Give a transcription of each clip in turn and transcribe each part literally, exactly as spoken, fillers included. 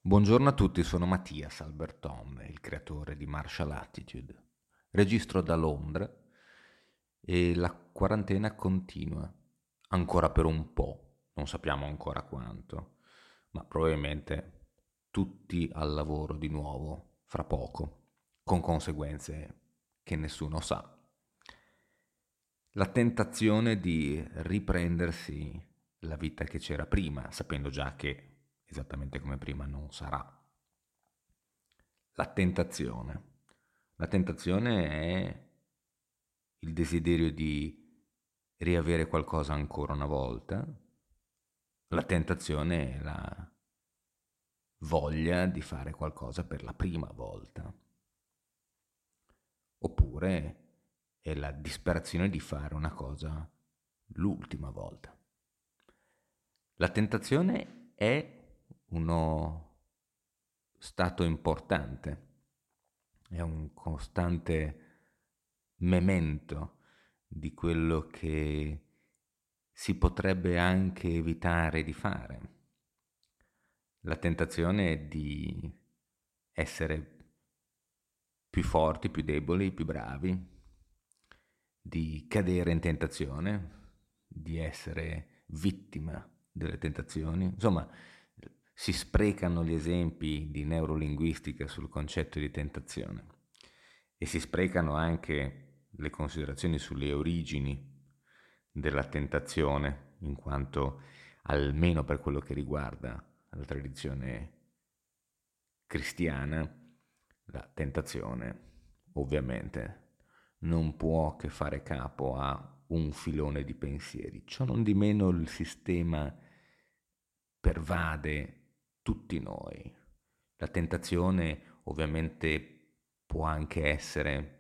Buongiorno a tutti, sono Mattias Alberton, il creatore di Martial Attitude. Registro da Londra e la quarantena continua, ancora per un po', non sappiamo ancora quanto, ma probabilmente tutti al lavoro di nuovo fra poco, con conseguenze che nessuno sa. La tentazione di riprendersi la vita che c'era prima, sapendo già che esattamente come prima non sarà. La tentazione. La tentazione è il desiderio di riavere qualcosa ancora una volta. La tentazione è la voglia di fare qualcosa per la prima volta. Oppure è la disperazione di fare una cosa l'ultima volta. La tentazione è uno stato importante, è un costante memento di quello che si potrebbe anche evitare di fare. La tentazione è di essere più forti, più deboli, più bravi, di cadere in tentazione, di essere vittima delle tentazioni. Insomma, si sprecano gli esempi di neurolinguistica sul concetto di tentazione e si sprecano anche le considerazioni sulle origini della tentazione, in quanto, almeno per quello che riguarda la tradizione cristiana, la tentazione ovviamente non può che fare capo a un filone di pensieri. Ciò non di meno il sistema pervade tutti noi. La tentazione ovviamente può anche essere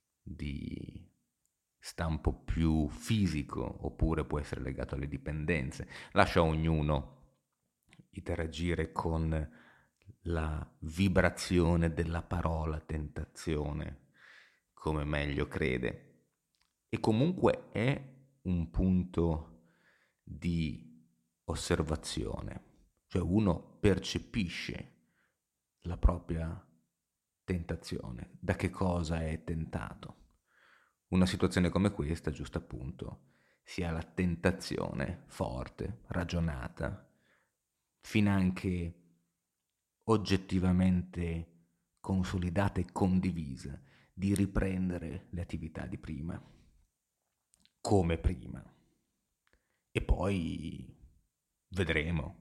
di stampo più fisico oppure può essere legato alle dipendenze. Lascia a ognuno interagire con la vibrazione della parola tentazione come meglio crede. E comunque è un punto di osservazione, cioè uno percepisce la propria tentazione, da che cosa è tentato. Una situazione come questa, giusto appunto, si ha la tentazione forte, ragionata, finanche oggettivamente consolidata e condivisa, di riprendere le attività di prima, come prima. E poi vedremo.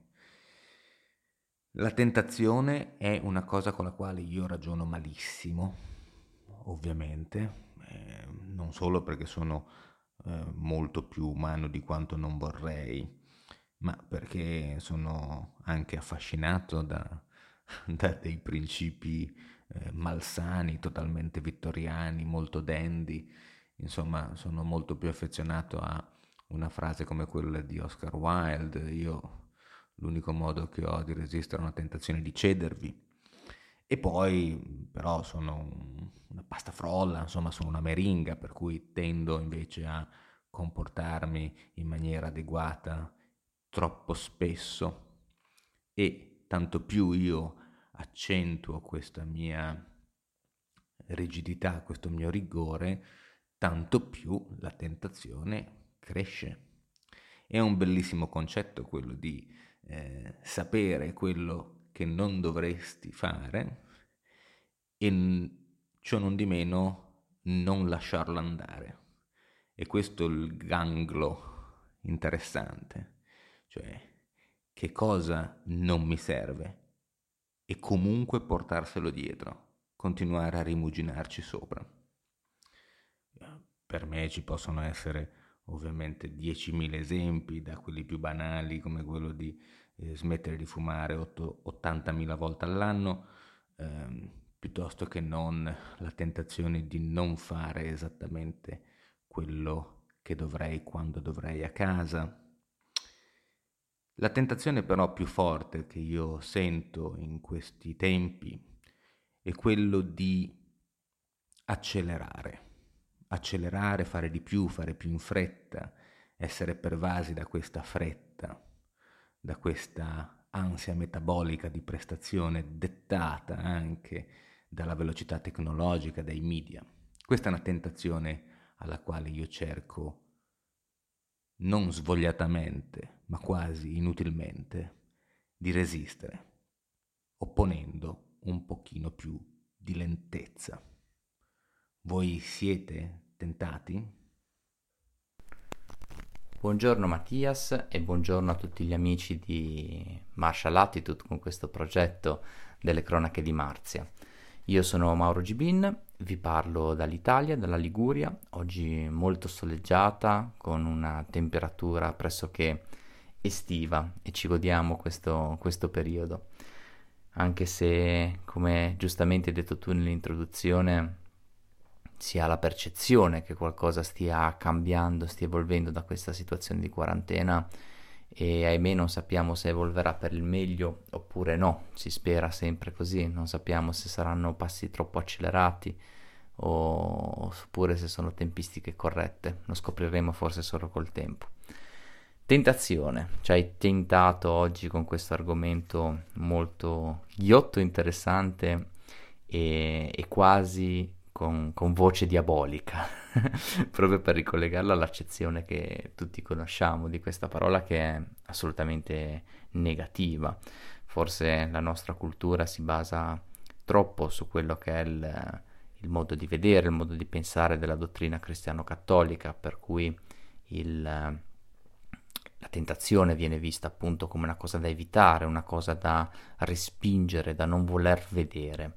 La tentazione è una cosa con la quale io ragiono malissimo, ovviamente, eh, non solo perché sono eh, molto più umano di quanto non vorrei, ma perché sono anche affascinato da, da dei principi eh, malsani, totalmente vittoriani, molto dandy. Insomma, sono molto più affezionato a una frase come quella di Oscar Wilde: io l'unico modo che ho di resistere a una tentazione è di cedervi. E poi però sono un- una pasta frolla, insomma sono una meringa, per cui tendo invece a comportarmi in maniera adeguata troppo spesso, e tanto più io accentuo questa mia rigidità, questo mio rigore, tanto più la tentazione cresce. È un bellissimo concetto quello di eh, sapere quello che non dovresti fare e n- ciò non di meno non lasciarlo andare. E questo è il ganglo interessante, cioè che cosa non mi serve e comunque portarselo dietro, continuare a rimuginarci sopra. Per me ci possono essere ovviamente diecimila esempi, da quelli più banali come quello di eh, smettere di fumare ottantamila volte all'anno, ehm, piuttosto che non la tentazione di non fare esattamente quello che dovrei quando dovrei a casa. La tentazione però più forte che io sento in questi tempi è quello di accelerare, accelerare, fare di più, fare più in fretta, essere pervasi da questa fretta, da questa ansia metabolica di prestazione dettata anche dalla velocità tecnologica, dai media. Questa è una tentazione alla quale io cerco, non svogliatamente, ma quasi inutilmente, di resistere, opponendo un pochino più di lentezza. Voi siete tentati? Buongiorno Mattias e buongiorno a tutti gli amici di Martial Attitude con questo progetto delle cronache di Marzia. Io sono Mauro Gibin, vi parlo dall'Italia, dalla Liguria, oggi molto soleggiata con una temperatura pressoché estiva e ci godiamo questo, questo periodo. Anche se, come giustamente hai detto tu nell'introduzione, si ha la percezione che qualcosa stia cambiando, stia evolvendo da questa situazione di quarantena e ahimè non sappiamo se evolverà per il meglio oppure no, si spera sempre così, non sappiamo se saranno passi troppo accelerati o oppure se sono tempistiche corrette, lo scopriremo forse solo col tempo. Tentazione, ci hai tentato oggi con questo argomento molto ghiotto, interessante e, e quasi con, con voce diabolica, proprio per ricollegarla all'accezione che tutti conosciamo di questa parola che è assolutamente negativa. Forse la nostra cultura si basa troppo su quello che è il, il modo di vedere, il modo di pensare della dottrina cristiano-cattolica, per cui il, la tentazione viene vista appunto come una cosa da evitare, una cosa da respingere, da non voler vedere.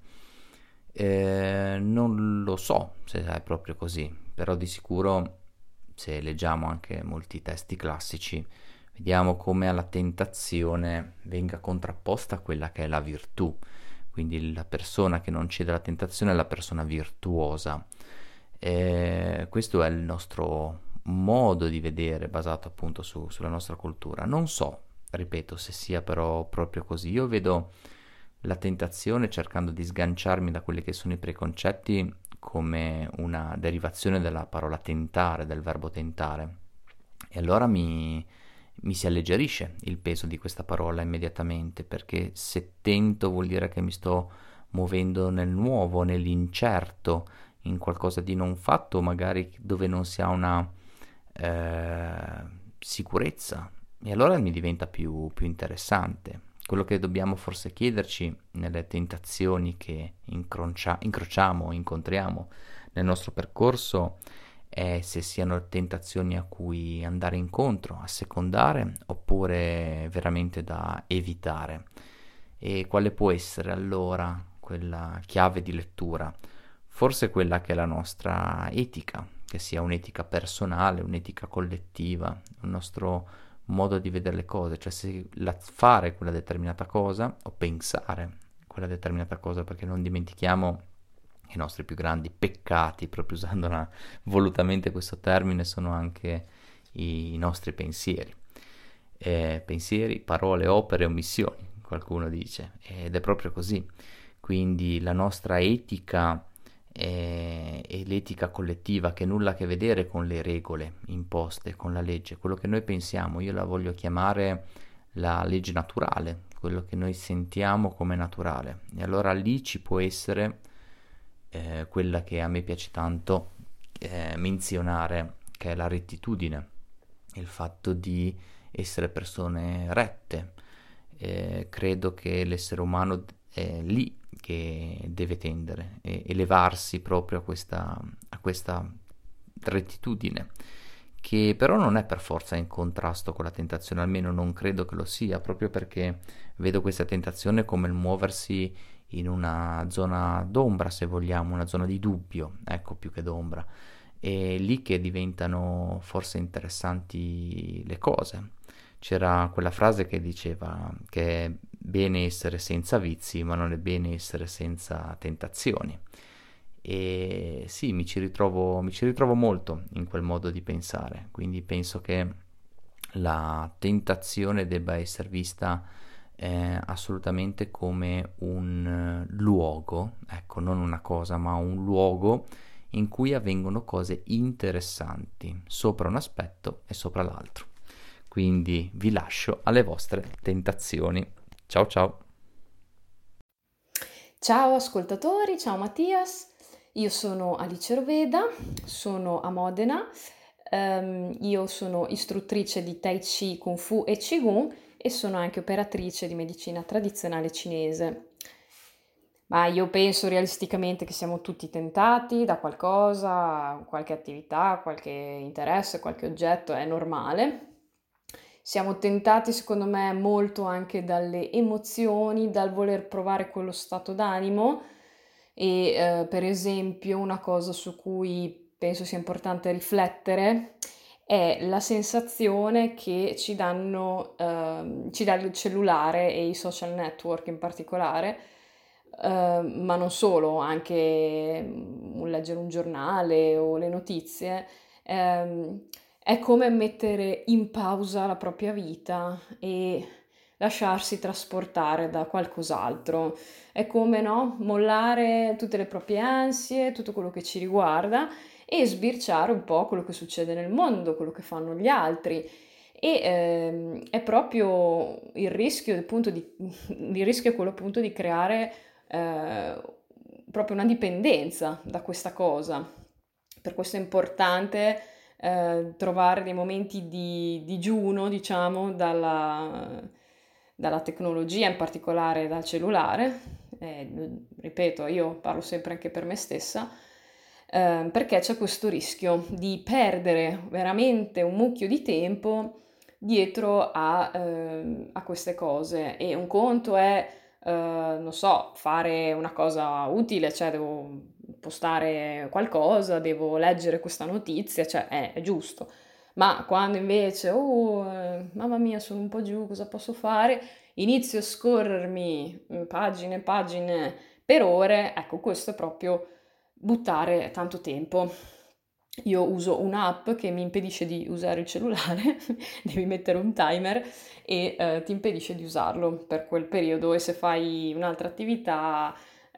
Eh, non lo so se è proprio così, però di sicuro se leggiamo anche molti testi classici vediamo come alla tentazione venga contrapposta quella che è la virtù, quindi la persona che non cede alla tentazione è la persona virtuosa. Eh, questo è il nostro modo di vedere basato appunto su, sulla nostra cultura. Non so, ripeto, se sia però proprio così. Io vedo la tentazione cercando di sganciarmi da quelli che sono i preconcetti come una derivazione della parola tentare, del verbo tentare. E allora mi, mi si alleggerisce il peso di questa parola immediatamente, perché se tento vuol dire che mi sto muovendo nel nuovo, nell'incerto, in qualcosa di non fatto, magari dove non si ha una eh, sicurezza. E allora mi diventa più, più interessante. Quello che dobbiamo forse chiederci nelle tentazioni che incrocia- incrociamo, incontriamo nel nostro percorso è se siano tentazioni a cui andare incontro, a secondare, oppure veramente da evitare. E quale può essere allora quella chiave di lettura? Forse quella che è la nostra etica, che sia un'etica personale, un'etica collettiva, un nostro modo di vedere le cose, cioè se la, fare quella determinata cosa o pensare quella determinata cosa, perché non dimentichiamo che i nostri più grandi peccati, proprio usando una, volutamente questo termine, sono anche i, i nostri pensieri. Eh, pensieri, parole, opere, omissioni, qualcuno dice, ed è proprio così. Quindi la nostra etica e, e l'etica collettiva che nulla a che vedere con le regole imposte, con la legge, quello che noi pensiamo, io la voglio chiamare la legge naturale, quello che noi sentiamo come naturale. E allora lì ci può essere eh, quella che a me piace tanto eh, menzionare, che è la rettitudine, il fatto di essere persone rette. Eh, credo che l'essere umano è lì che deve tendere, e elevarsi proprio a questa, a questa rettitudine, che però non è per forza in contrasto con la tentazione, almeno non credo che lo sia, proprio perché vedo questa tentazione come il muoversi in una zona d'ombra, se vogliamo, una zona di dubbio, ecco, più che d'ombra. È lì che diventano forse interessanti le cose. C'era quella frase che diceva che è bene essere senza vizi, ma non è bene essere senza tentazioni. E sì, mi ci ritrovo, mi ci ritrovo molto in quel modo di pensare, quindi penso che la tentazione debba essere vista eh, assolutamente come un eh, luogo, ecco, non una cosa, ma un luogo in cui avvengono cose interessanti sopra un aspetto e sopra l'altro. Quindi vi lascio alle vostre tentazioni. Ciao ciao! Ciao ascoltatori, ciao Mattias, io sono Alice Roveda, sono a Modena, ehm, io sono istruttrice di Tai Chi, Kung Fu e Qigong e sono anche operatrice di medicina tradizionale cinese. Ma io penso realisticamente che siamo tutti tentati da qualcosa, qualche attività, qualche interesse, qualche oggetto, è normale. Siamo tentati, secondo me, molto anche dalle emozioni, dal voler provare quello stato d'animo e eh, per esempio una cosa su cui penso sia importante riflettere è la sensazione che ci danno, ehm, ci dà il cellulare e i social network in particolare, eh, ma non solo, anche mm, un leggere un giornale o le notizie. ehm, è come mettere in pausa la propria vita e lasciarsi trasportare da qualcos'altro. È come, no? Mollare tutte le proprie ansie, tutto quello che ci riguarda e sbirciare un po' quello che succede nel mondo, quello che fanno gli altri. E ehm, è proprio il rischio, appunto, di, il rischio è quello appunto di creare eh, proprio una dipendenza da questa cosa. Per questo è importante eh, trovare dei momenti di digiuno, diciamo, dalla, dalla tecnologia, in particolare dal cellulare. Eh, ripeto, io parlo sempre anche per me stessa, eh, perché c'è questo rischio di perdere veramente un mucchio di tempo dietro a, eh, a queste cose. E un conto è, eh, non so, fare una cosa utile, cioè devo postare qualcosa, devo leggere questa notizia, cioè è, è giusto. Ma quando invece, oh, eh, mamma mia, sono un po' giù, cosa posso fare? Inizio a scorrermi mm, pagine e pagine per ore, ecco, questo è proprio buttare tanto tempo. Io uso un'app che mi impedisce di usare il cellulare, devi mettere un timer e eh, ti impedisce di usarlo per quel periodo e se fai un'altra attività,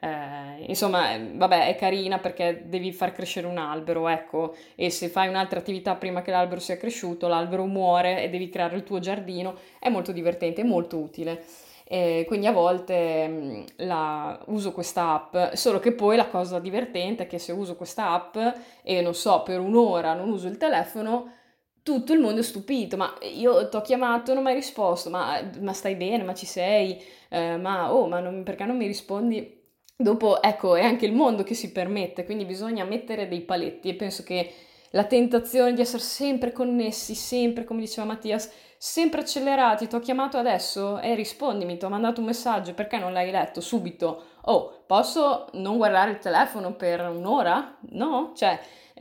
eh, insomma, eh, vabbè, è carina perché devi far crescere un albero, ecco, e se fai un'altra attività prima che l'albero sia cresciuto, l'albero muore e devi creare il tuo giardino, è molto divertente, è molto utile. E quindi a volte mh, la, uso questa app, solo che poi la cosa divertente è che se uso questa app e non so, per un'ora non uso il telefono, tutto il mondo è stupito, ma io ti ho chiamato, non mi hai risposto, ma, ma stai bene, ma ci sei, Eh, ma oh, ma non- perché non mi rispondi? Dopo, ecco, è anche il mondo che si permette, quindi bisogna mettere dei paletti e penso che la tentazione di essere sempre connessi, sempre, come diceva Mattias, sempre accelerati, ti ho chiamato adesso e eh, rispondimi, ti ho mandato un messaggio, perché non l'hai letto subito? Oh, posso non guardare il telefono per un'ora? No? Cioè,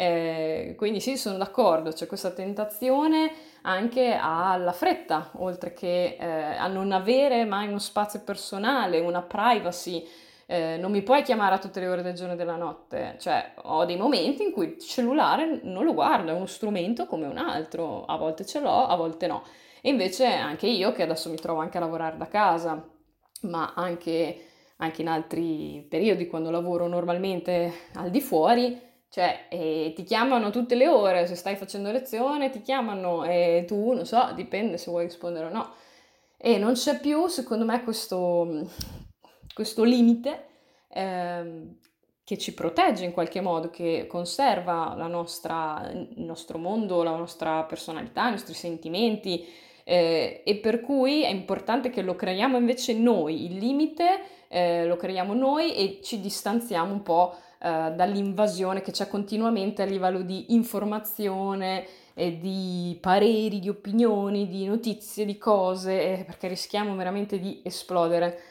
eh, quindi sì, sono d'accordo, c'è questa tentazione anche alla fretta, oltre che eh, a non avere mai uno spazio personale, una privacy. Eh, non mi puoi chiamare a tutte le ore del giorno e della notte, cioè ho dei momenti in cui il cellulare non lo guardo, è uno strumento come un altro, a volte ce l'ho, a volte no. E invece anche io, che adesso mi trovo anche a lavorare da casa, ma anche, anche in altri periodi quando lavoro normalmente al di fuori, cioè eh, ti chiamano tutte le ore, se stai facendo lezione ti chiamano e tu, non so, dipende se vuoi rispondere o no. E non c'è più, secondo me, questo, questo limite ehm, che ci protegge in qualche modo, che conserva la nostra, il nostro mondo, la nostra personalità, i nostri sentimenti, eh, e per cui è importante che lo creiamo invece noi, il limite eh, lo creiamo noi e ci distanziamo un po' eh, dall'invasione che c'è continuamente a livello di informazione e di pareri, di opinioni, di notizie, di cose, eh, perché rischiamo veramente di esplodere.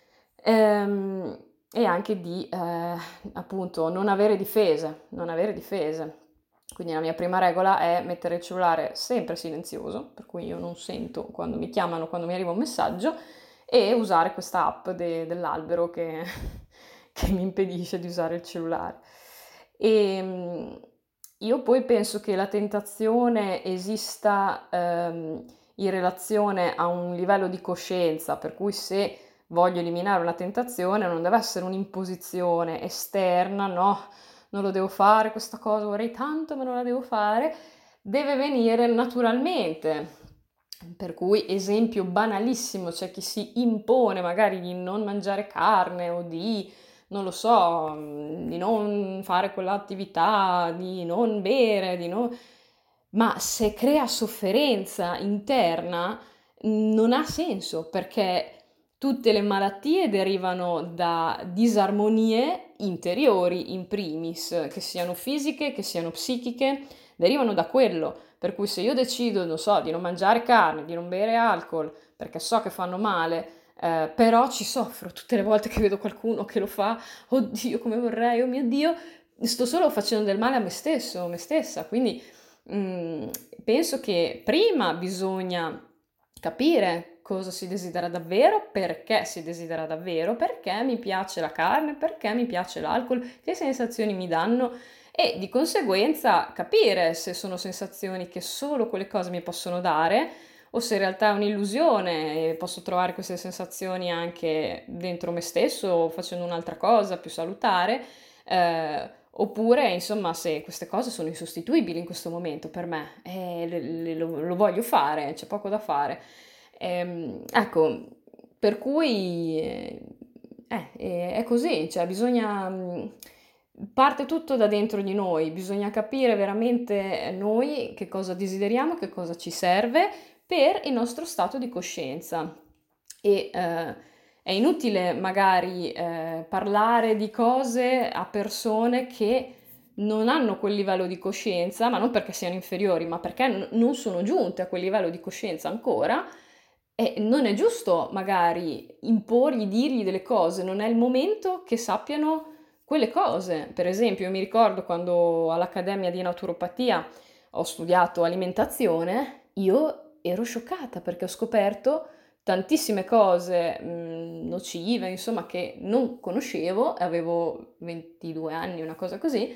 Ehm, e anche di eh, appunto non avere difese, non avere difese. Quindi la mia prima regola è mettere il cellulare sempre silenzioso, per cui io non sento quando mi chiamano, quando mi arriva un messaggio, e usare questa app de- dell'albero che, che mi impedisce di usare il cellulare. E mm, io poi penso che la tentazione esista ehm, in relazione a un livello di coscienza, per cui se voglio eliminare una tentazione non deve essere un'imposizione esterna, no, non lo devo fare questa cosa, vorrei tanto ma non la devo fare, deve venire naturalmente. Per cui, esempio banalissimo, c'è chi si impone magari di non mangiare carne o di, non lo so, mm, di non fare quell'attività, di non bere, di non... Ma se crea sofferenza interna, non ha senso, perché tutte le malattie derivano da disarmonie interiori in primis, che siano fisiche, che siano psichiche, derivano da quello. Per cui se io decido, non so, di non mangiare carne, di non bere alcol, perché so che fanno male, eh, però ci soffro tutte le volte che vedo qualcuno che lo fa, oddio come vorrei, oh mio Dio, sto solo facendo del male a me stesso, a me stessa. Quindi mh, penso che prima bisogna capire cosa si desidera davvero, perché si desidera davvero, perché mi piace la carne, perché mi piace l'alcol, che sensazioni mi danno e di conseguenza capire se sono sensazioni che solo quelle cose mi possono dare o se in realtà è un'illusione e posso trovare queste sensazioni anche dentro me stesso o facendo un'altra cosa più salutare, eh, oppure insomma se queste cose sono insostituibili in questo momento per me e le- le- lo, lo voglio fare, c'è poco da fare. Ehm, ecco, per cui eh, eh, è così, cioè bisogna... mh, Parte tutto da dentro di noi, bisogna capire veramente noi che cosa desideriamo, che cosa ci serve per il nostro stato di coscienza. E eh, è inutile magari eh, parlare di cose a persone che non hanno quel livello di coscienza, ma non perché siano inferiori, ma perché n- non sono giunte a quel livello di coscienza ancora. E non è giusto magari imporgli, dirgli delle cose, non è il momento che sappiano quelle cose. Per esempio, io mi ricordo quando all'Accademia di Naturopatia ho studiato alimentazione, io ero scioccata perché ho scoperto tantissime cose mh, nocive, insomma, che non conoscevo, avevo ventidue anni, una cosa così,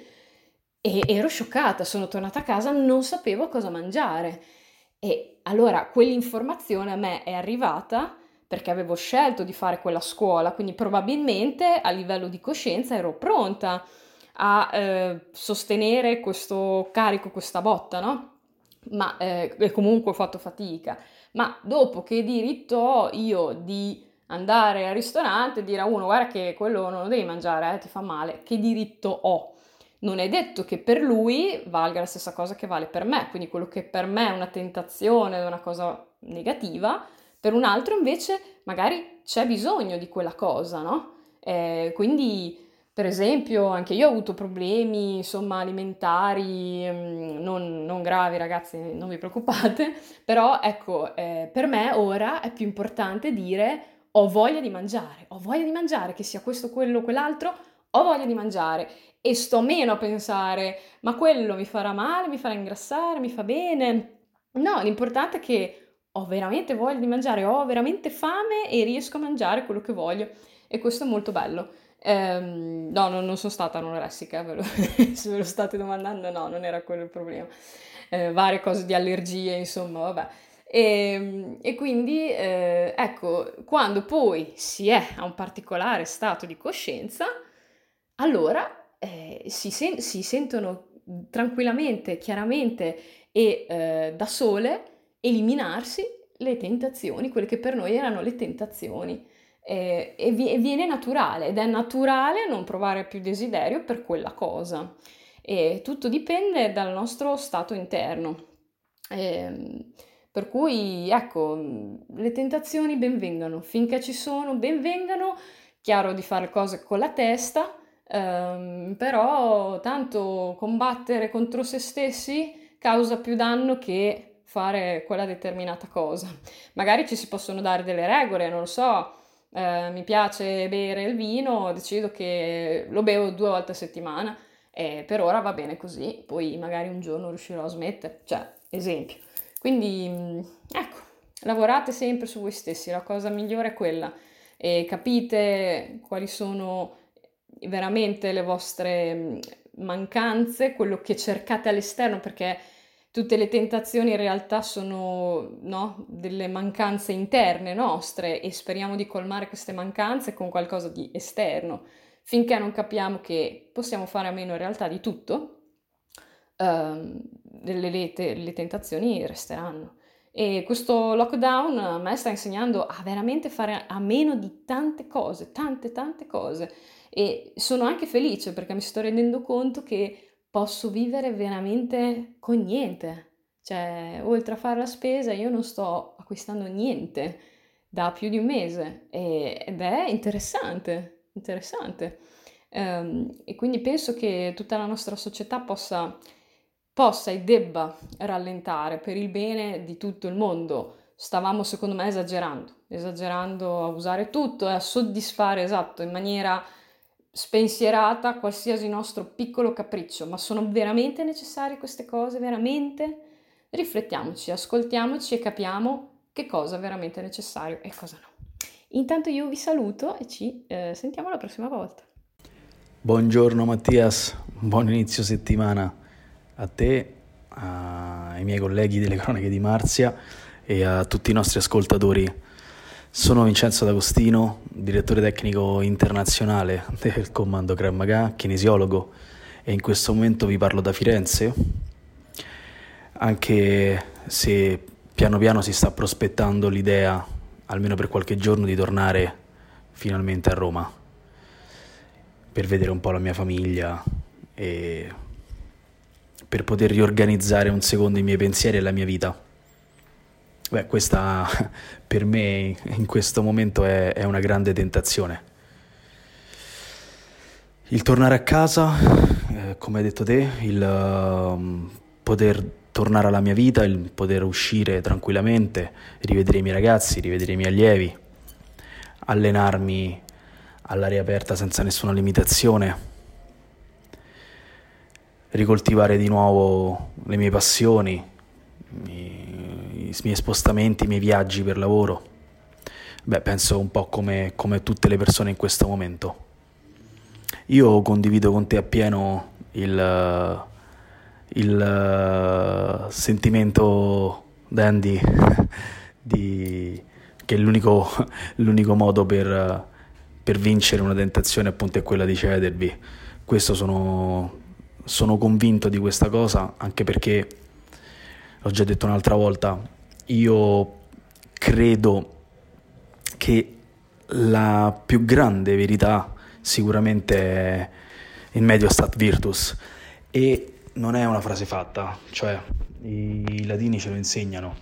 e ero scioccata, sono tornata a casa, non sapevo cosa mangiare. E allora quell'informazione a me è arrivata perché avevo scelto di fare quella scuola, quindi probabilmente a livello di coscienza ero pronta a eh, sostenere questo carico, questa botta, no? Ma eh, e comunque ho fatto fatica. Ma dopo che diritto ho io di andare al ristorante e dire a uno guarda che quello non lo devi mangiare, eh, ti fa male, che diritto ho? Non è detto che per lui valga la stessa cosa che vale per me, quindi quello che per me è una tentazione, è una cosa negativa, per un altro invece magari c'è bisogno di quella cosa, no? Eh, quindi, per esempio, anche io ho avuto problemi, insomma, alimentari, mm, non, non gravi, ragazzi, non vi preoccupate, però ecco, eh, per me ora è più importante dire ho voglia di mangiare, ho voglia di mangiare, che sia questo, quello, quell'altro, ho voglia di mangiare e sto meno a pensare ma quello mi farà male, mi farà ingrassare, mi fa bene. No, l'importante è che ho veramente voglia di mangiare, ho veramente fame e riesco a mangiare quello che voglio e questo è molto bello. Ehm, no, non, non sono stata anoressica, ve lo- se ve lo state domandando, no, non era quello il problema. Eh, varie cose di allergie, insomma, vabbè. E, e quindi, eh, ecco, quando poi si è a un particolare stato di coscienza, allora eh, si, sen- si sentono tranquillamente, chiaramente e eh, da sole eliminarsi le tentazioni, quelle che per noi erano le tentazioni. Eh, e, vi- e viene naturale, ed è naturale non provare più desiderio per quella cosa. E tutto dipende dal nostro stato interno. Ehm, per cui, ecco, le tentazioni benvengano, finché ci sono, benvengano, chiaro di fare cose con la testa, ehm, però tanto combattere contro se stessi causa più danno che fare quella determinata cosa. Magari ci si possono dare delle regole, non lo so, eh, mi piace bere il vino, decido che lo bevo due volte a settimana e per ora va bene così, poi magari un giorno riuscirò a smettere, cioè, esempio. Quindi, mh, ecco, lavorate sempre su voi stessi, la cosa migliore è quella e capite quali sono veramente le vostre mh, mancanze, quello che cercate all'esterno, perché tutte le tentazioni in realtà sono, no, delle mancanze interne nostre e speriamo di colmare queste mancanze con qualcosa di esterno. Finché non capiamo che possiamo fare a meno in realtà di tutto, ehm, le, le te- le tentazioni resteranno. E questo lockdown a me sta insegnando a veramente fare a meno di tante cose, tante tante cose. E sono anche felice perché mi sto rendendo conto che posso vivere veramente con niente. Cioè, oltre a fare la spesa, io non sto acquistando niente da più di un mese e- ed è interessante, interessante. Ehm, e quindi penso che tutta la nostra società possa, possa e debba rallentare per il bene di tutto il mondo. Stavamo, secondo me, esagerando, esagerando a usare tutto e a soddisfare, esatto, in maniera spensierata qualsiasi nostro piccolo capriccio. Ma sono veramente necessarie queste cose? Veramente? Riflettiamoci, ascoltiamoci e capiamo che cosa è veramente necessario e cosa no. Intanto io vi saluto e ci eh, sentiamo la prossima volta. Buongiorno Mattias, buon inizio settimana a te, ai miei colleghi delle Cronache di Marzia e a tutti i nostri ascoltatori. Sono Vincenzo D'Agostino, direttore tecnico internazionale del Comando Krav Maga, kinesiologo, e in questo momento vi parlo da Firenze, anche se piano piano si sta prospettando l'idea, almeno per qualche giorno, di tornare finalmente a Roma per vedere un po' la mia famiglia e per poter riorganizzare un secondo i miei pensieri e la mia vita. Beh, questa per me in questo momento è, è una grande tentazione. Il tornare a casa, eh, come hai detto te, il uh, poter tornare alla mia vita, il poter uscire tranquillamente, rivedere i miei ragazzi, rivedere i miei allievi, allenarmi all'aria aperta senza nessuna limitazione, ricoltivare di nuovo le mie passioni, i, i miei spostamenti, i miei viaggi per lavoro. Beh, penso un po' come, come tutte le persone in questo momento. Io condivido con te appieno il, il sentimento dandy di, che è l'unico, l'unico modo per per vincere una tentazione, appunto, è quella di cedervi. Questo sono, sono convinto di questa cosa, anche perché, l'ho già detto un'altra volta, io credo che la più grande verità sicuramente è in medio stat virtus, e non è una frase fatta, cioè i latini ce lo insegnano.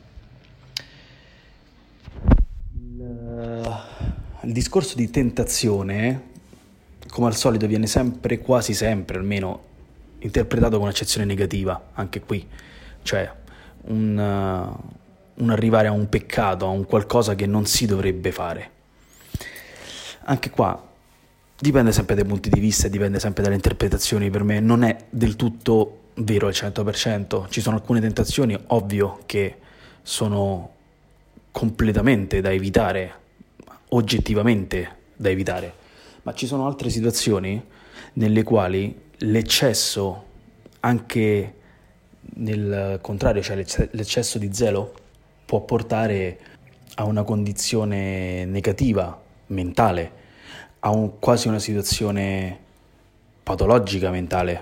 Il... Il discorso di tentazione, come al solito, viene sempre, quasi sempre almeno, interpretato con accezione negativa, anche qui. Cioè, un, uh, un arrivare a un peccato, a un qualcosa che non si dovrebbe fare. Anche qua dipende sempre dai punti di vista e dipende sempre dalle interpretazioni. Per me non è del tutto vero al cento per cento. Ci sono alcune tentazioni, ovvio, che sono completamente da evitare, oggettivamente da evitare, ma ci sono altre situazioni nelle quali l'eccesso, anche nel contrario, cioè l'eccesso di zelo, può portare a una condizione negativa, mentale, a un, quasi una situazione patologica mentale.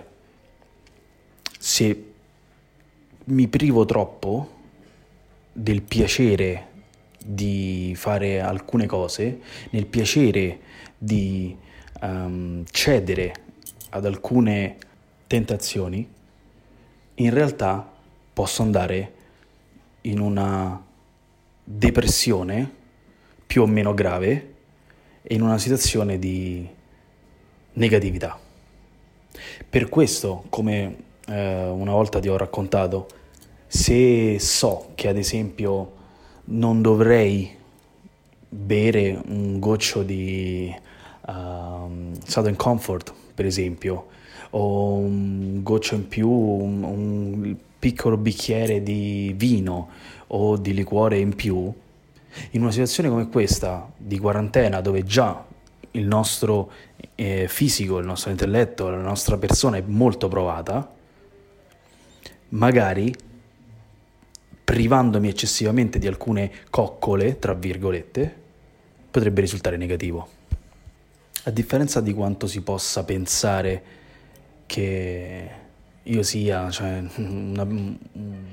Se mi privo troppo del piacere di fare alcune cose, nel piacere di um, cedere ad alcune tentazioni, in realtà posso andare in una depressione più o meno grave e in una situazione di negatività. Per questo, come eh, una volta ti ho raccontato, se so che ad esempio non dovrei bere un goccio di uh, Southern Comfort, per esempio, o un goccio in più, un, un piccolo bicchiere di vino o di liquore in più, in una situazione come questa di quarantena, dove già il nostro eh, fisico, il nostro intelletto, la nostra persona è molto provata, magari privandomi eccessivamente di alcune coccole, tra virgolette, potrebbe risultare negativo. A differenza di quanto si possa pensare che io sia, cioè, una,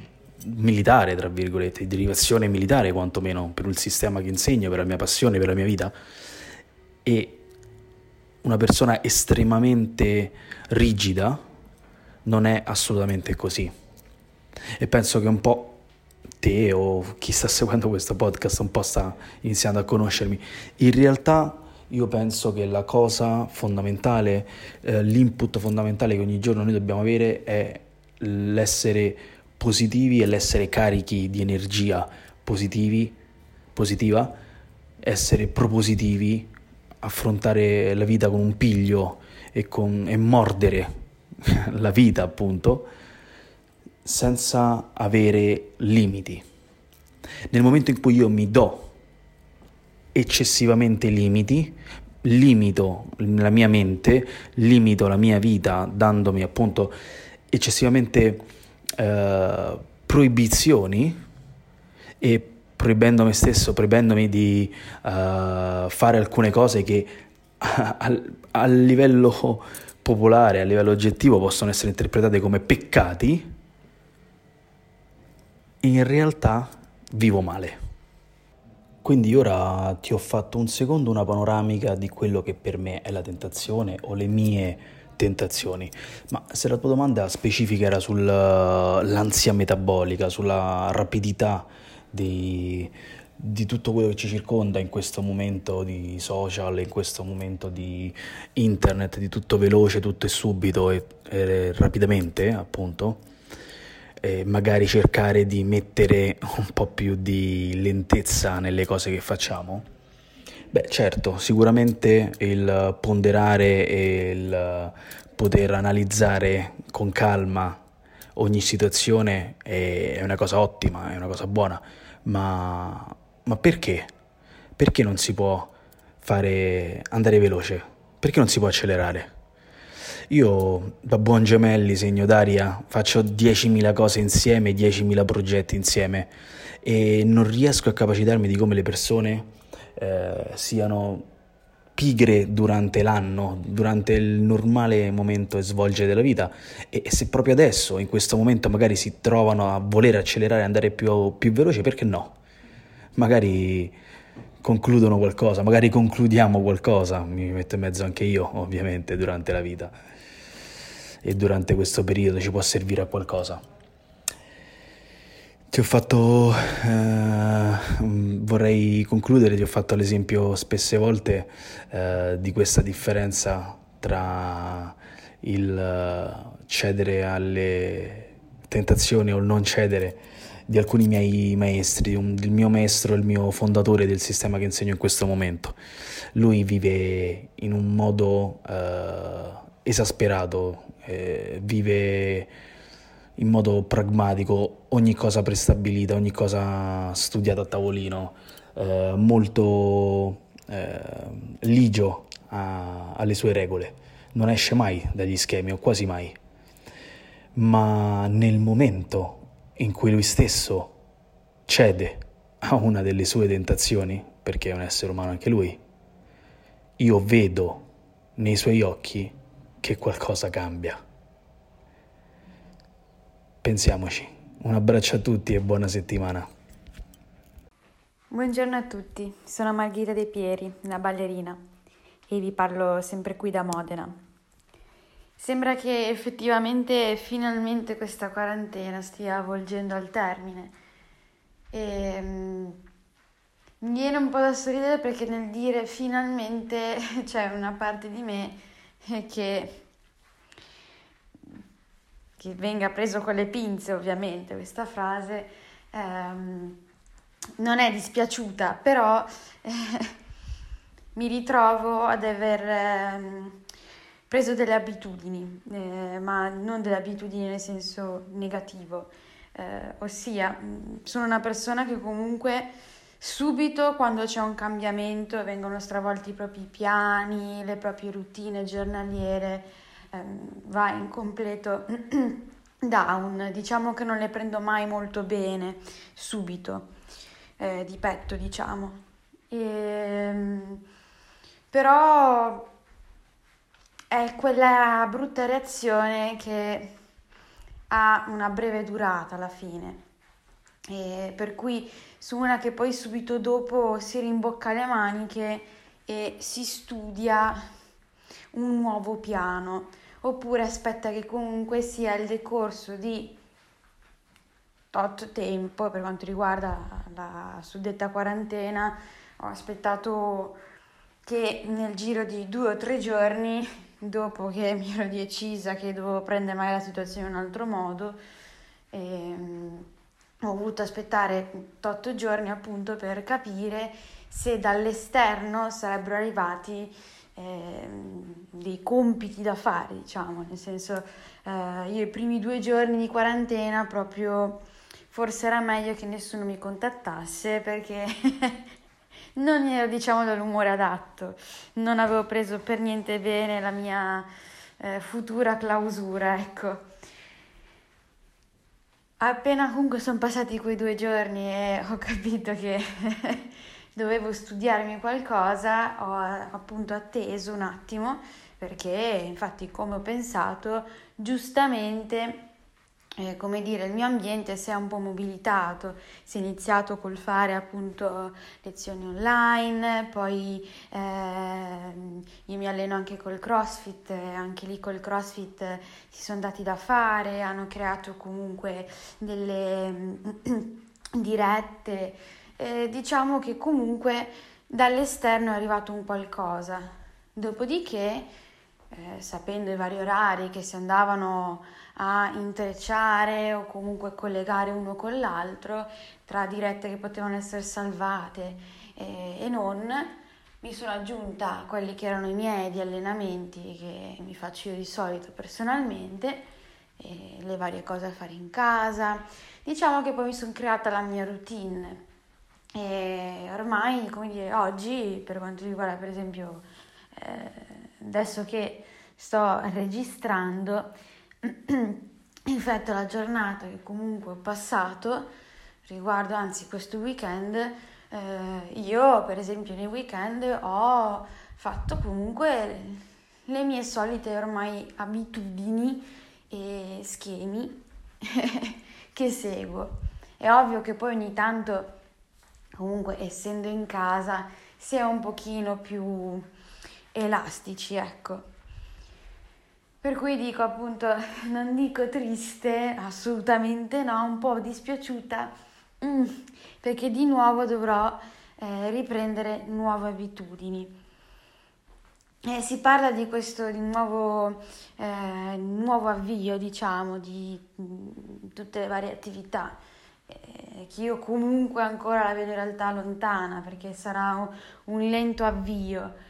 militare, tra virgolette, di derivazione militare quantomeno, per il sistema che insegno, per la mia passione, per la mia vita, e una persona estremamente rigida non è assolutamente così. E penso che un po' te o chi sta seguendo questo podcast un po' sta iniziando a conoscermi. In realtà io penso che la cosa fondamentale, eh, l'input fondamentale che ogni giorno noi dobbiamo avere è l'essere positivi e l'essere carichi di energia positivi, positiva, essere propositivi, affrontare la vita con un piglio e, con, e mordere la vita, appunto, senza avere limiti. Nel momento in cui io mi do eccessivamente limiti, limito la mia mente, limito la mia vita dandomi appunto eccessivamente eh, proibizioni e proibendo me stesso, proibendomi di uh, fare alcune cose che a, a, a livello popolare, a livello oggettivo possono essere interpretate come peccati, in realtà vivo male. Quindi ora ti ho fatto un secondo una panoramica di quello che per me è la tentazione o le mie tentazioni, ma se la tua domanda specifica era sull'ansia metabolica, sulla rapidità di, di tutto quello che ci circonda in questo momento di social, in questo momento di internet, di tutto veloce, tutto e subito e, e rapidamente, appunto, e magari cercare di mettere un po' più di lentezza nelle cose che facciamo. Beh, certo, sicuramente il ponderare e il poter analizzare con calma ogni situazione è una cosa ottima, è una cosa buona, ma, ma perché? Perché non si può fare andare veloce? Perché non si può accelerare? Io, da buon gemelli, segno d'aria, faccio diecimila cose insieme, diecimila progetti insieme e non riesco a capacitarmi di come le persone eh, siano pigre durante l'anno, durante il normale momento e svolgere della vita, e, e se proprio adesso, in questo momento, magari si trovano a voler accelerare e andare più, più veloce, perché no? Magari concludono qualcosa, magari concludiamo qualcosa, mi metto in mezzo anche io, ovviamente, durante la vita, e durante questo periodo ci può servire a qualcosa. Ti ho fatto, eh, vorrei concludere, ti ho fatto l'esempio spesse volte eh, di questa differenza tra il cedere alle tentazioni o il non cedere di alcuni miei maestri, un, il mio maestro, il mio fondatore del sistema che insegno in questo momento. Lui vive in un modo eh, esasperato, eh, vive in modo pragmatico, ogni cosa prestabilita, ogni cosa studiata a tavolino, eh, molto eh, ligio a, alle sue regole, non esce mai dagli schemi o quasi mai, ma nel momento in cui lui stesso cede a una delle sue tentazioni, perché è un essere umano anche lui, io vedo nei suoi occhi che qualcosa cambia. Pensiamoci. Un abbraccio a tutti e buona settimana. Buongiorno a tutti, sono Margherita De Pieri, una ballerina, e vi parlo sempre qui da Modena. Sembra che effettivamente finalmente questa quarantena stia volgendo al termine e mm, mi viene un po' da sorridere perché nel dire finalmente c'è una parte di me che che venga preso con le pinze, ovviamente, questa frase ehm, non è dispiaciuta, però eh, mi ritrovo ad aver ehm, preso delle abitudini, eh, ma non delle abitudini nel senso negativo, eh, ossia sono una persona che comunque subito quando c'è un cambiamento vengono stravolti i propri piani, le proprie routine giornaliere, va in completo down, diciamo che non le prendo mai molto bene subito, eh, di petto diciamo, e, però è quella brutta reazione che ha una breve durata alla fine, E per cui su una che poi subito dopo si rimbocca le maniche e si studia un nuovo piano, oppure aspetta che comunque sia il decorso di tot tempo. Per quanto riguarda la suddetta quarantena, ho aspettato che nel giro di due o tre giorni, dopo che mi ero decisa che dovevo prendere magari la situazione in un altro modo, ehm, ho voluto aspettare otto giorni appunto per capire se dall'esterno sarebbero arrivati eh, dei compiti da fare, diciamo, nel senso eh, io i primi due giorni di quarantena proprio forse era meglio che nessuno mi contattasse, perché non ero, diciamo, dall'umore adatto, non avevo preso per niente bene la mia eh, futura clausura, ecco. Appena comunque sono passati quei due giorni e ho capito che dovevo studiarmi qualcosa, ho appunto atteso un attimo, perché infatti, come ho pensato, giustamente, eh, come dire, il mio ambiente si è un po' mobilitato. Si è iniziato col fare appunto lezioni online, poi eh, io mi alleno anche col CrossFit, eh, anche lì col CrossFit eh, si sono dati da fare, hanno creato comunque delle dirette, eh, diciamo che comunque dall'esterno è arrivato un qualcosa. Dopodiché, eh, sapendo i vari orari che si andavano a intrecciare o comunque collegare uno con l'altro, tra dirette che potevano essere salvate eh, e non, mi sono aggiunta a quelli che erano i miei di allenamenti che mi faccio io di solito personalmente, e le varie cose da fare in casa. Diciamo che poi mi sono creata la mia routine e ormai, come dire, oggi, per quanto riguarda per esempio eh, adesso che sto registrando, effetto la giornata che comunque ho passato riguardo, anzi questo weekend, eh, io per esempio nei weekend ho fatto comunque le mie solite ormai abitudini e schemi che seguo. È ovvio che poi ogni tanto, comunque essendo in casa, si è un pochino più elastici, ecco. Per cui dico appunto, non dico triste, assolutamente no, un po' dispiaciuta, mm, perché di nuovo dovrò eh, riprendere nuove abitudini. E si parla di questo di nuovo, eh, nuovo avvio, diciamo, di mm, tutte le varie attività, eh, che io comunque ancora la vedo in realtà lontana, perché sarà un, un lento avvio.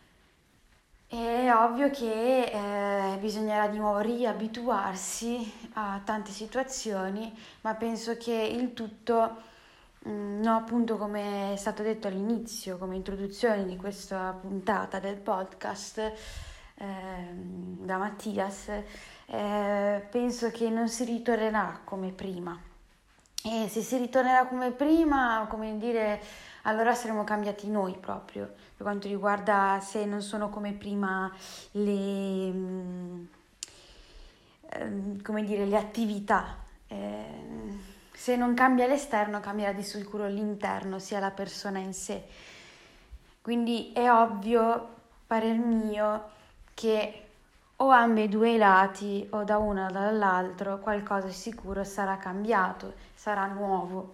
È ovvio che eh, bisognerà di nuovo riabituarsi a tante situazioni, ma penso che il tutto, mh, no, appunto come è stato detto all'inizio, come introduzione di questa puntata del podcast eh, da Mattias, eh, penso che non si ritornerà come prima. E se si ritornerà come prima, come dire, allora saremo cambiati noi proprio, per quanto riguarda se non sono come prima le, come dire, le attività. Eh, se non cambia l'esterno, cambierà di sicuro l'interno, sia la persona in sé. Quindi è ovvio, parer mio, che o ambedue i lati o da uno o dall'altro qualcosa sicuro sarà cambiato, sarà nuovo.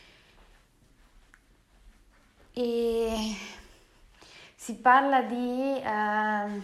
E si parla di eh,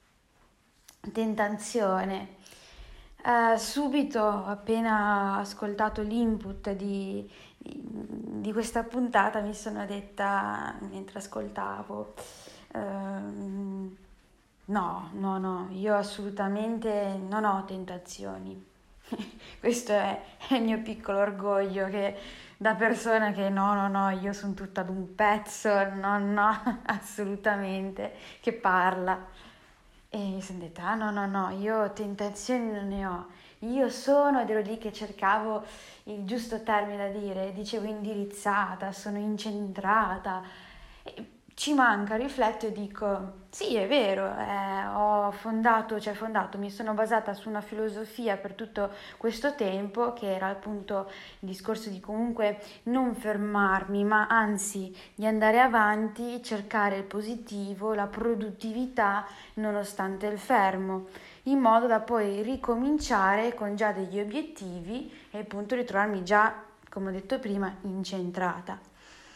tentazione. Eh, subito, appena ascoltato l'input di, di, di questa puntata, mi sono detta, mentre ascoltavo, ehm, no, no, no, io assolutamente non ho tentazioni. Questo è, è il mio piccolo orgoglio, che da persona che no, no, no, io sono tutta ad un pezzo, no, no, assolutamente, che parla. E mi sono detta, ah no, no, no, io tentazioni non ne ho. Io sono, ed ero lì che cercavo il giusto termine da dire, dicevo indirizzata, sono incentrata. E ci manca, rifletto e dico sì, è vero, eh, ho fondato, cioè fondato, mi sono basata su una filosofia per tutto questo tempo, che era appunto il discorso di comunque non fermarmi, ma anzi di andare avanti, cercare il positivo, la produttività nonostante il fermo, in modo da poi ricominciare con già degli obiettivi e appunto ritrovarmi già, come ho detto prima, incentrata.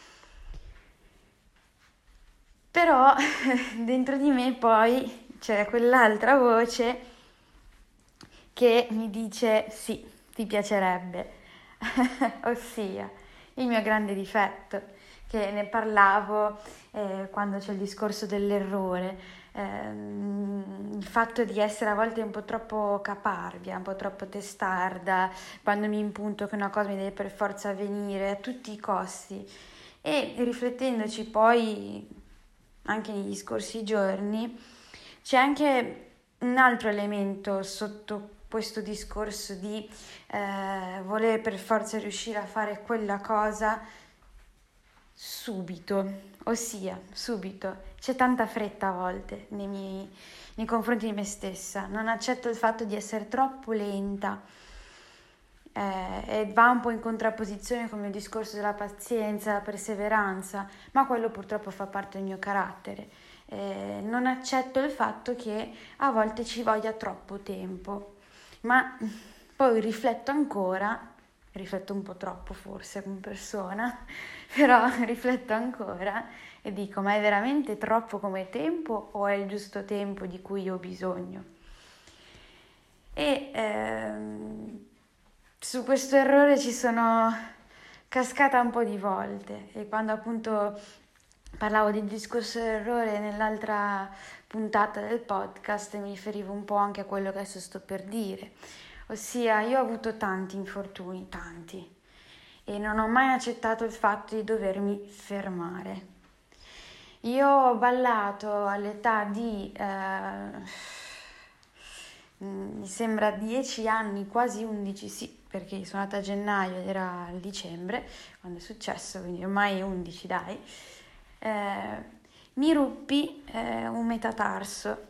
Però dentro di me poi c'è quell'altra voce che mi dice sì, ti piacerebbe, ossia il mio grande difetto, che ne parlavo eh, quando c'è il discorso dell'errore, ehm, il fatto di essere a volte un po' troppo caparbia, un po' troppo testarda, quando mi impunto che una cosa mi deve per forza avvenire a tutti i costi. E riflettendoci poi anche negli scorsi giorni, c'è anche un altro elemento sotto questo discorso di eh, voler per forza riuscire a fare quella cosa subito, ossia subito. C'è tanta fretta a volte nei miei, nei confronti di me stessa, non accetto il fatto di essere troppo lenta, eh, e va un po' in contrapposizione con il discorso della pazienza, la perseveranza, ma quello purtroppo fa parte del mio carattere. Eh, non accetto il fatto che a volte ci voglia troppo tempo, ma poi rifletto ancora, rifletto un po' troppo forse come persona, però rifletto ancora e dico: ma è veramente troppo come tempo o è il giusto tempo di cui ho bisogno? E ehm, su questo errore ci sono cascata un po' di volte, e quando appunto parlavo del discorso dell'errore nell'altra puntata del podcast mi riferivo un po' anche a quello che adesso sto per dire, ossia io ho avuto tanti infortuni, tanti, e non ho mai accettato il fatto di dovermi fermare. Io ho ballato all'età di eh, mi sembra dieci anni, quasi undici, sì, perché sono nata a gennaio ed era il dicembre quando è successo, quindi ormai undici, dai. Eh, mi ruppi eh, un metatarso,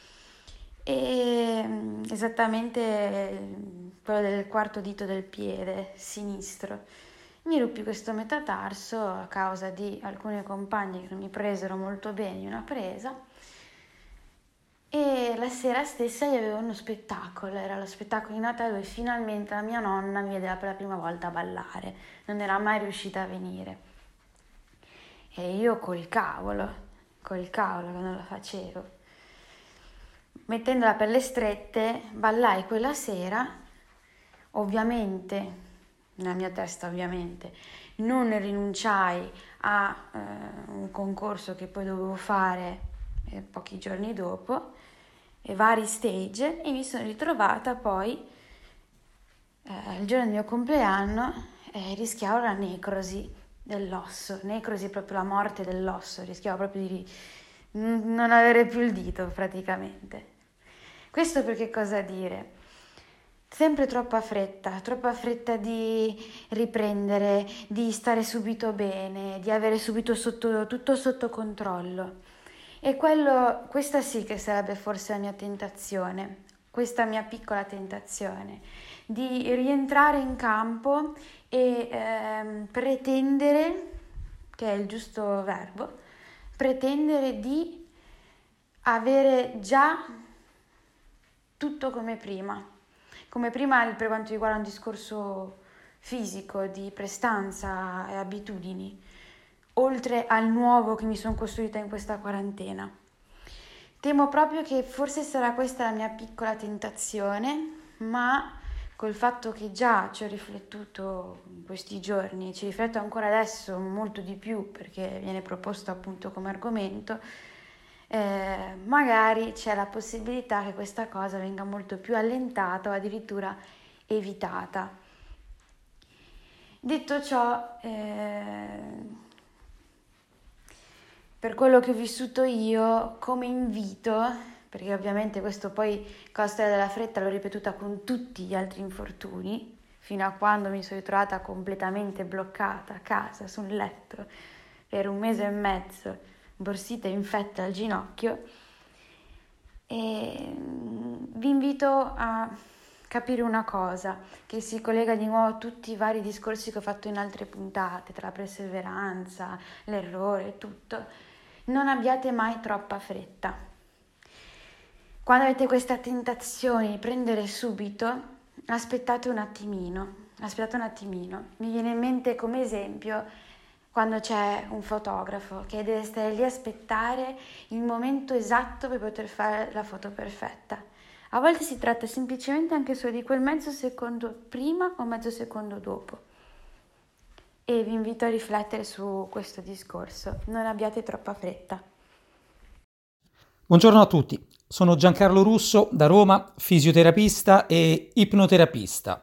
e esattamente quello del quarto dito del piede sinistro. Mi ruppi questo metatarso a causa di alcune compagne che non mi presero molto bene una presa, e la sera stessa io avevo uno spettacolo, era lo spettacolo di Natale dove finalmente la mia nonna mi vedeva per la prima volta ballare, non era mai riuscita a venire. E io col cavolo, col cavolo che non lo facevo. Mettendola per le strette, ballai quella sera, ovviamente, nella mia testa ovviamente, non rinunciai a eh, un concorso che poi dovevo fare eh, pochi giorni dopo, e vari stage, e mi sono ritrovata poi eh, il giorno del mio compleanno e eh, rischiavo la necrosi dell'osso, necrosi proprio la morte dell'osso, rischiavo proprio di non avere più il dito praticamente. Questo perché cosa dire? Sempre troppa fretta, troppa fretta di riprendere, di stare subito bene, di avere subito sotto, tutto sotto controllo. E quello, questa sì che sarebbe forse la mia tentazione, questa mia piccola tentazione, di rientrare in campo e ehm, pretendere, che è il giusto verbo, pretendere di avere già tutto come prima, come prima per quanto riguarda un discorso fisico, di prestanza e abitudini, oltre al nuovo che mi sono costruita in questa quarantena. Temo proprio che forse sarà questa la mia piccola tentazione, ma col fatto che già ci ho riflettuto in questi giorni, ci rifletto ancora adesso molto di più perché viene proposto appunto come argomento, eh, magari c'è la possibilità che questa cosa venga molto più allentata o addirittura evitata. Detto ciò, eh, per quello che ho vissuto io, come invito, perché ovviamente questo poi con la storia della fretta l'ho ripetuta con tutti gli altri infortuni, fino a quando mi sono ritrovata completamente bloccata a casa, sul letto, per un mese e mezzo, borsite infette al ginocchio, e vi invito a capire una cosa che si collega di nuovo a tutti i vari discorsi che ho fatto in altre puntate, tra la perseveranza, l'errore, tutto. Non abbiate mai troppa fretta. Quando avete questa tentazione di prendere subito, aspettate un attimino, aspettate un attimino. Mi viene in mente come esempio quando c'è un fotografo che deve stare lì a aspettare il momento esatto per poter fare la foto perfetta. A volte si tratta semplicemente anche solo di quel mezzo secondo prima o mezzo secondo dopo. E vi invito a riflettere su questo discorso. Non abbiate troppa fretta. Buongiorno a tutti, sono Giancarlo Russo da Roma, fisioterapista e ipnoterapista.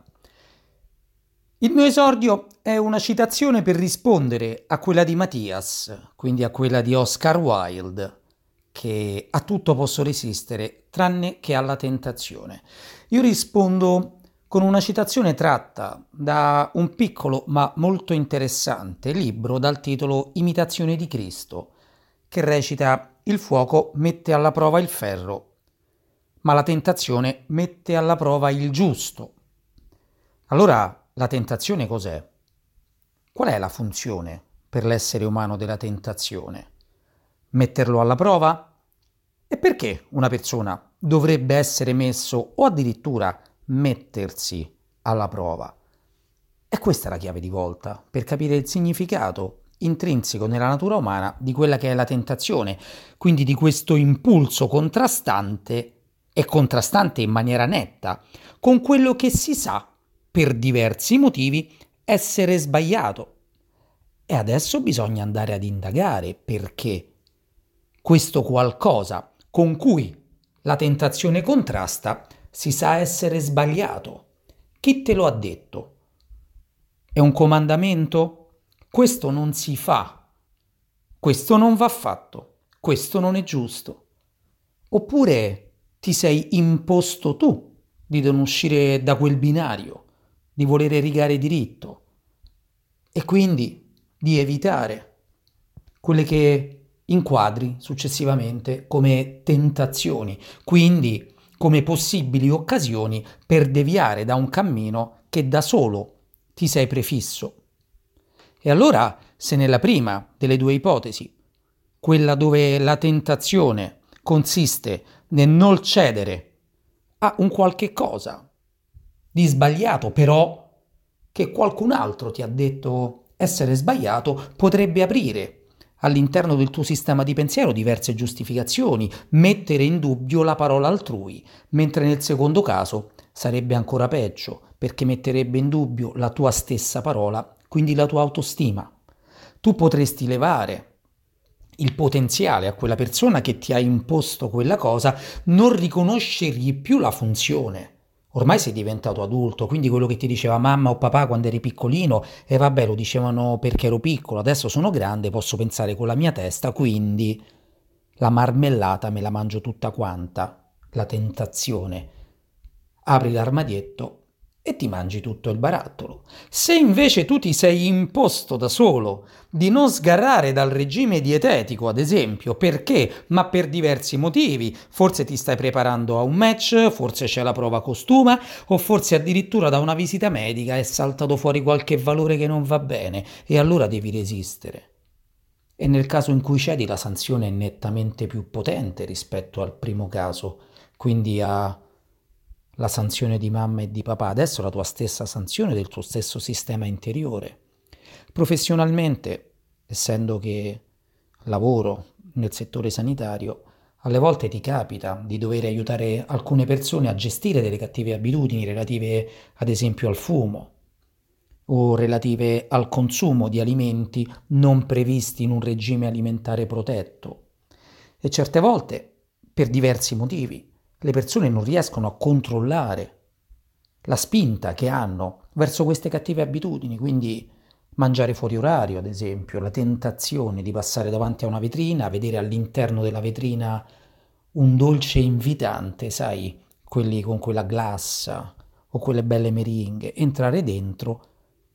Il mio esordio è una citazione per rispondere a quella di Mathias, quindi a quella di Oscar Wilde, che a tutto posso resistere tranne che alla tentazione. Io rispondo con una citazione tratta da un piccolo ma molto interessante libro dal titolo Imitazione di Cristo, che recita: il fuoco mette alla prova il ferro, ma la tentazione mette alla prova il giusto. Allora, la tentazione cos'è? Qual è la funzione per l'essere umano della tentazione? Metterlo alla prova? E perché una persona dovrebbe essere messo o addirittura mettersi alla prova? E questa è la chiave di volta per capire il significato intrinseco nella natura umana di quella che è la tentazione, quindi di questo impulso contrastante e contrastante in maniera netta con quello che si sa per diversi motivi essere sbagliato. E adesso bisogna andare ad indagare perché questo qualcosa con cui la tentazione contrasta si sa essere sbagliato. Chi te lo ha detto? È un comandamento? Questo non si fa. Questo non va fatto. Questo non è giusto. Oppure ti sei imposto tu di non uscire da quel binario, di volere rigare diritto e quindi di evitare quelle che inquadri successivamente come tentazioni, quindi come possibili occasioni per deviare da un cammino che da solo ti sei prefisso. E allora, se nella prima delle due ipotesi, quella dove la tentazione consiste nel non cedere a un qualche cosa di sbagliato, però che qualcun altro ti ha detto essere sbagliato, potrebbe aprire all'interno del tuo sistema di pensiero diverse giustificazioni, mettere in dubbio la parola altrui, mentre nel secondo caso sarebbe ancora peggio, perché metterebbe in dubbio la tua stessa parola, quindi la tua autostima. Tu potresti levare il potenziale a quella persona che ti ha imposto quella cosa, non riconoscergli più la funzione. Ormai sei diventato adulto, quindi quello che ti diceva mamma o papà quando eri piccolino, e vabbè, lo dicevano perché ero piccolo, adesso sono grande, posso pensare con la mia testa, quindi la marmellata me la mangio tutta quanta, la tentazione. Apri l'armadietto e ti mangi tutto il barattolo. Se invece tu ti sei imposto da solo di non sgarrare dal regime dietetico, ad esempio, perché? Ma per diversi motivi, forse ti stai preparando a un match, forse c'è la prova costume, o forse addirittura da una visita medica è saltato fuori qualche valore che non va bene, e allora devi resistere. E nel caso in cui cedi, la sanzione è nettamente più potente rispetto al primo caso, quindi a la sanzione di mamma e di papà, adesso la tua stessa sanzione del tuo stesso sistema interiore. Professionalmente, essendo che lavoro nel settore sanitario, alle volte ti capita di dover aiutare alcune persone a gestire delle cattive abitudini relative ad esempio al fumo o relative al consumo di alimenti non previsti in un regime alimentare protetto. E certe volte, per diversi motivi, le persone non riescono a controllare la spinta che hanno verso queste cattive abitudini, quindi mangiare fuori orario, ad esempio, la tentazione di passare davanti a una vetrina, vedere all'interno della vetrina un dolce invitante, sai, quelli con quella glassa o quelle belle meringhe, entrare dentro,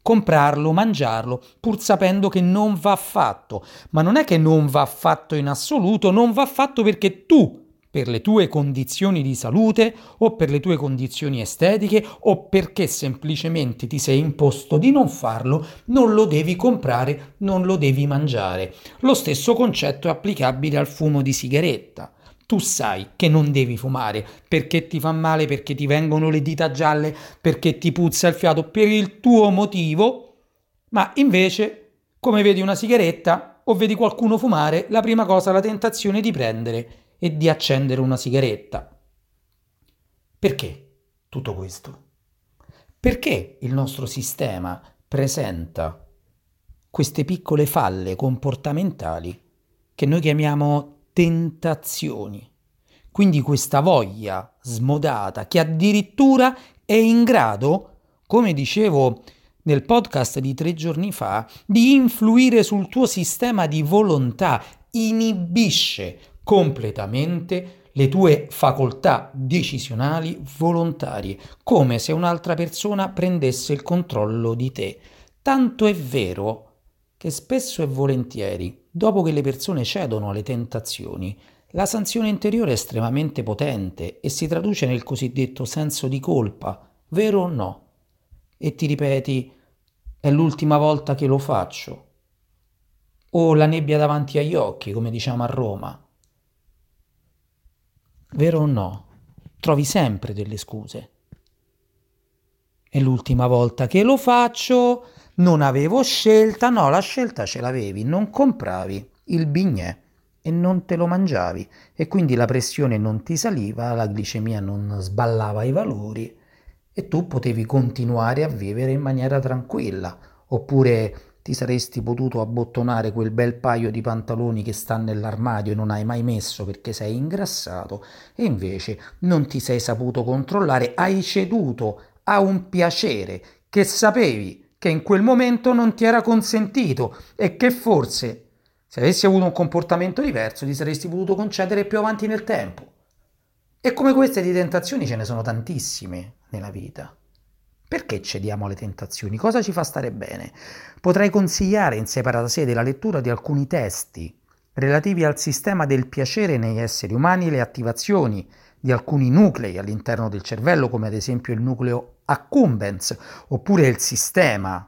comprarlo, mangiarlo, pur sapendo che non va fatto. Ma non è che non va fatto in assoluto, non va fatto perché tu, per le tue condizioni di salute o per le tue condizioni estetiche o perché semplicemente ti sei imposto di non farlo, non lo devi comprare, non lo devi mangiare. Lo stesso concetto è applicabile al fumo di sigaretta. Tu sai che non devi fumare perché ti fa male, perché ti vengono le dita gialle, perché ti puzza il fiato, per il tuo motivo, ma invece, come vedi una sigaretta o vedi qualcuno fumare, la prima cosa è la tentazione di prendere e di accendere una sigaretta. Perché tutto questo? Perché il nostro sistema presenta queste piccole falle comportamentali che noi chiamiamo tentazioni. Quindi questa voglia smodata che addirittura è in grado, come dicevo nel podcast di tre giorni fa, di influire sul tuo sistema di volontà, inibisce completamente le tue facoltà decisionali volontarie, come se un'altra persona prendesse il controllo di te. Tanto è vero che spesso e volentieri, dopo che le persone cedono alle tentazioni, la sanzione interiore è estremamente potente e si traduce nel cosiddetto senso di colpa, vero o no? E ti ripeti, è l'ultima volta che lo faccio. O la nebbia davanti agli occhi, come diciamo a Roma. Vero o no? Trovi sempre delle scuse. È l'ultima volta che lo faccio, non avevo scelta, no, la scelta ce l'avevi, non compravi il bignè e non te lo mangiavi e quindi la pressione non ti saliva, la glicemia non sballava i valori e tu potevi continuare a vivere in maniera tranquilla, oppure ti saresti potuto abbottonare quel bel paio di pantaloni che sta nell'armadio e non hai mai messo perché sei ingrassato e invece non ti sei saputo controllare, hai ceduto a un piacere che sapevi che in quel momento non ti era consentito e che forse, se avessi avuto un comportamento diverso, ti saresti potuto concedere più avanti nel tempo. E come queste di tentazioni ce ne sono tantissime nella vita. Perché cediamo alle tentazioni? Cosa ci fa stare bene? Potrei consigliare in separata sede la lettura di alcuni testi relativi al sistema del piacere negli esseri umani e le attivazioni di alcuni nuclei all'interno del cervello, come ad esempio il nucleo accumbens, oppure il sistema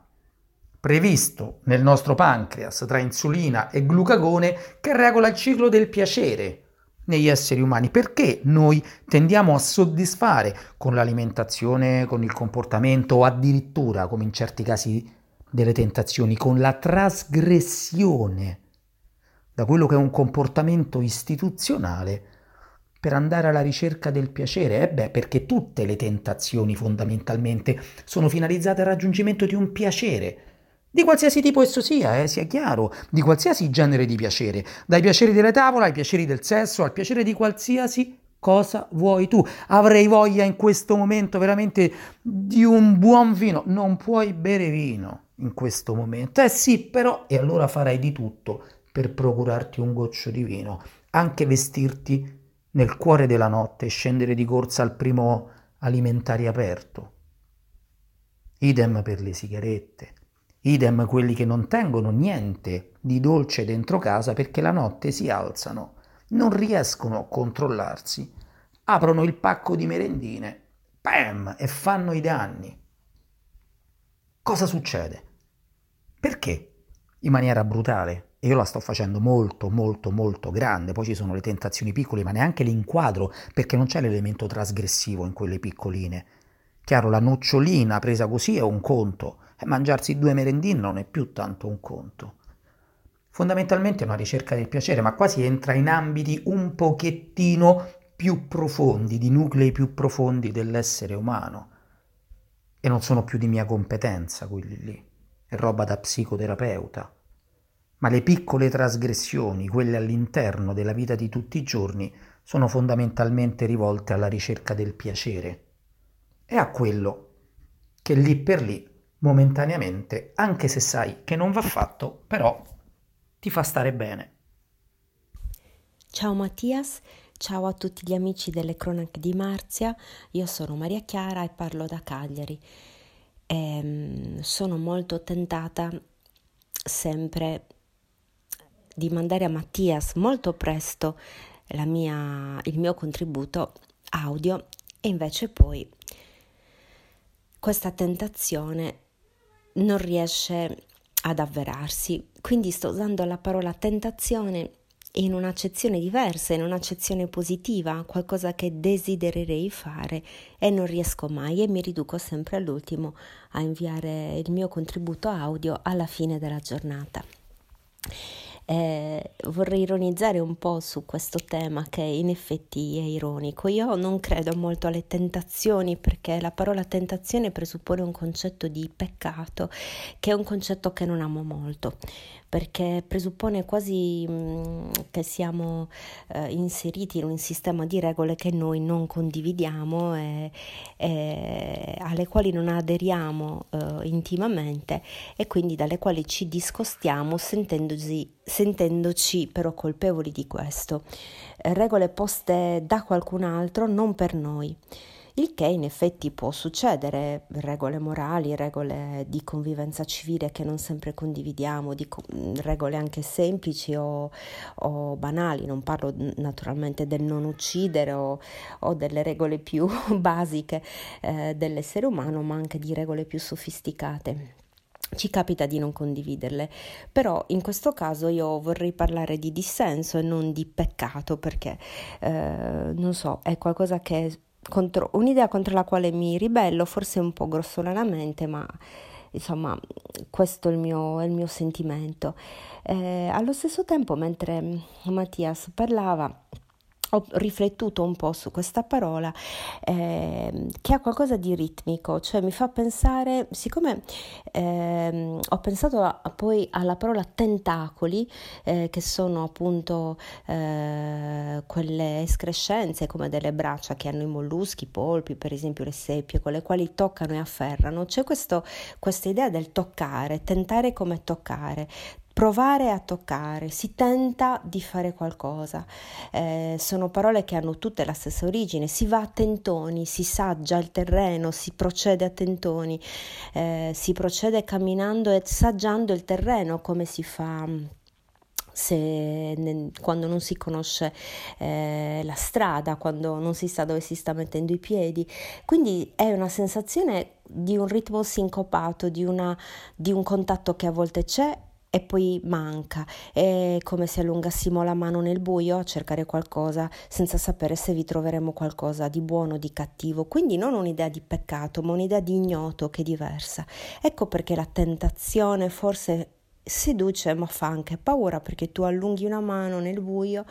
previsto nel nostro pancreas tra insulina e glucagone che regola il ciclo del piacere negli esseri umani. Perché noi tendiamo a soddisfare con l'alimentazione, con il comportamento o addirittura, come in certi casi delle tentazioni, con la trasgressione da quello che è un comportamento istituzionale per andare alla ricerca del piacere? Eh beh, perché tutte le tentazioni fondamentalmente sono finalizzate al raggiungimento di un piacere, di qualsiasi tipo esso sia, eh, sia chiaro, di qualsiasi genere di piacere, dai piaceri della tavola, ai piaceri del sesso, al piacere di qualsiasi cosa vuoi tu. Avrei voglia in questo momento veramente di un buon vino. Non puoi bere vino in questo momento. Eh sì, però, e allora farai di tutto per procurarti un goccio di vino, anche vestirti nel cuore della notte e scendere di corsa al primo alimentari aperto. Idem per le sigarette. Idem quelli che non tengono niente di dolce dentro casa perché la notte si alzano, non riescono a controllarsi, aprono il pacco di merendine, bam, e fanno i danni. Cosa succede? Perché? In maniera brutale. E io la sto facendo molto, molto, molto grande. Poi ci sono le tentazioni piccole, ma neanche le inquadro perché non c'è l'elemento trasgressivo in quelle piccoline. Chiaro, la nocciolina presa così è un conto. E mangiarsi due merendine non è più tanto un conto. Fondamentalmente è una ricerca del piacere, ma qua si entra in ambiti un pochettino più profondi, di nuclei più profondi dell'essere umano. E non sono più di mia competenza quelli lì, è roba da psicoterapeuta. Ma le piccole trasgressioni, quelle all'interno della vita di tutti i giorni, sono fondamentalmente rivolte alla ricerca del piacere e a quello che lì per lì momentaneamente, anche se sai che non va fatto, però ti fa stare bene. Ciao Mattias, ciao a tutti gli amici delle Cronache di Marzia, io sono Maria Chiara e parlo da Cagliari. e sono molto tentata sempre di mandare a Mattias molto presto la mia, il mio contributo audio, e invece poi questa tentazione non riesce ad avverarsi. Quindi sto usando la parola tentazione in un'accezione diversa, in un'accezione positiva, qualcosa che desidererei fare e non riesco mai, e mi riduco sempre all'ultimo a inviare il mio contributo audio alla fine della giornata. Eh, vorrei ironizzare un po' su questo tema, che in effetti è ironico. Io non credo molto alle tentazioni, perché la parola tentazione presuppone un concetto di peccato, che è un concetto che non amo molto, perché presuppone quasi mh, che siamo eh, inseriti in un sistema di regole che noi non condividiamo e, e alle quali non aderiamo eh, intimamente, e quindi dalle quali ci discostiamo sentendoci, sentendoci però colpevoli di questo. Eh, regole poste da qualcun altro, non per noi. Il che in effetti può succedere, regole morali, regole di convivenza civile che non sempre condividiamo, di co- regole anche semplici o, o banali. Non parlo naturalmente del non uccidere o, o delle regole più basiche eh, dell'essere umano, ma anche di regole più sofisticate. Ci capita di non condividerle, però in questo caso io vorrei parlare di dissenso e non di peccato, perché eh, non so, è qualcosa che contro, un'idea contro la quale mi ribello, forse un po' grossolanamente, ma insomma questo è il mio, è il mio sentimento. Eh, allo stesso tempo, mentre Mattias parlava, ho riflettuto un po' su questa parola eh, che ha qualcosa di ritmico, cioè mi fa pensare, siccome eh, ho pensato a, poi alla parola tentacoli, eh, che sono appunto eh, quelle escrescenze come delle braccia che hanno i molluschi, i polpi, per esempio le seppie, con le quali toccano e afferrano. C'è questo, questa idea del toccare, tentare come toccare. Provare a toccare, si tenta di fare qualcosa, eh, sono parole che hanno tutte la stessa origine, si va a tentoni, si saggia il terreno, si procede a tentoni, eh, si procede camminando e saggiando il terreno, come si fa se, ne, quando non si conosce eh, la strada, quando non si sa dove si sta mettendo i piedi. Quindi è una sensazione di un ritmo sincopato, di, una, di un contatto che a volte c'è e poi manca. È come se allungassimo la mano nel buio a cercare qualcosa senza sapere se vi troveremo qualcosa di buono o di cattivo. Quindi non un'idea di peccato, ma un'idea di ignoto che è diversa. Ecco perché la tentazione forse seduce, ma fa anche paura, perché tu allunghi una mano nel buio,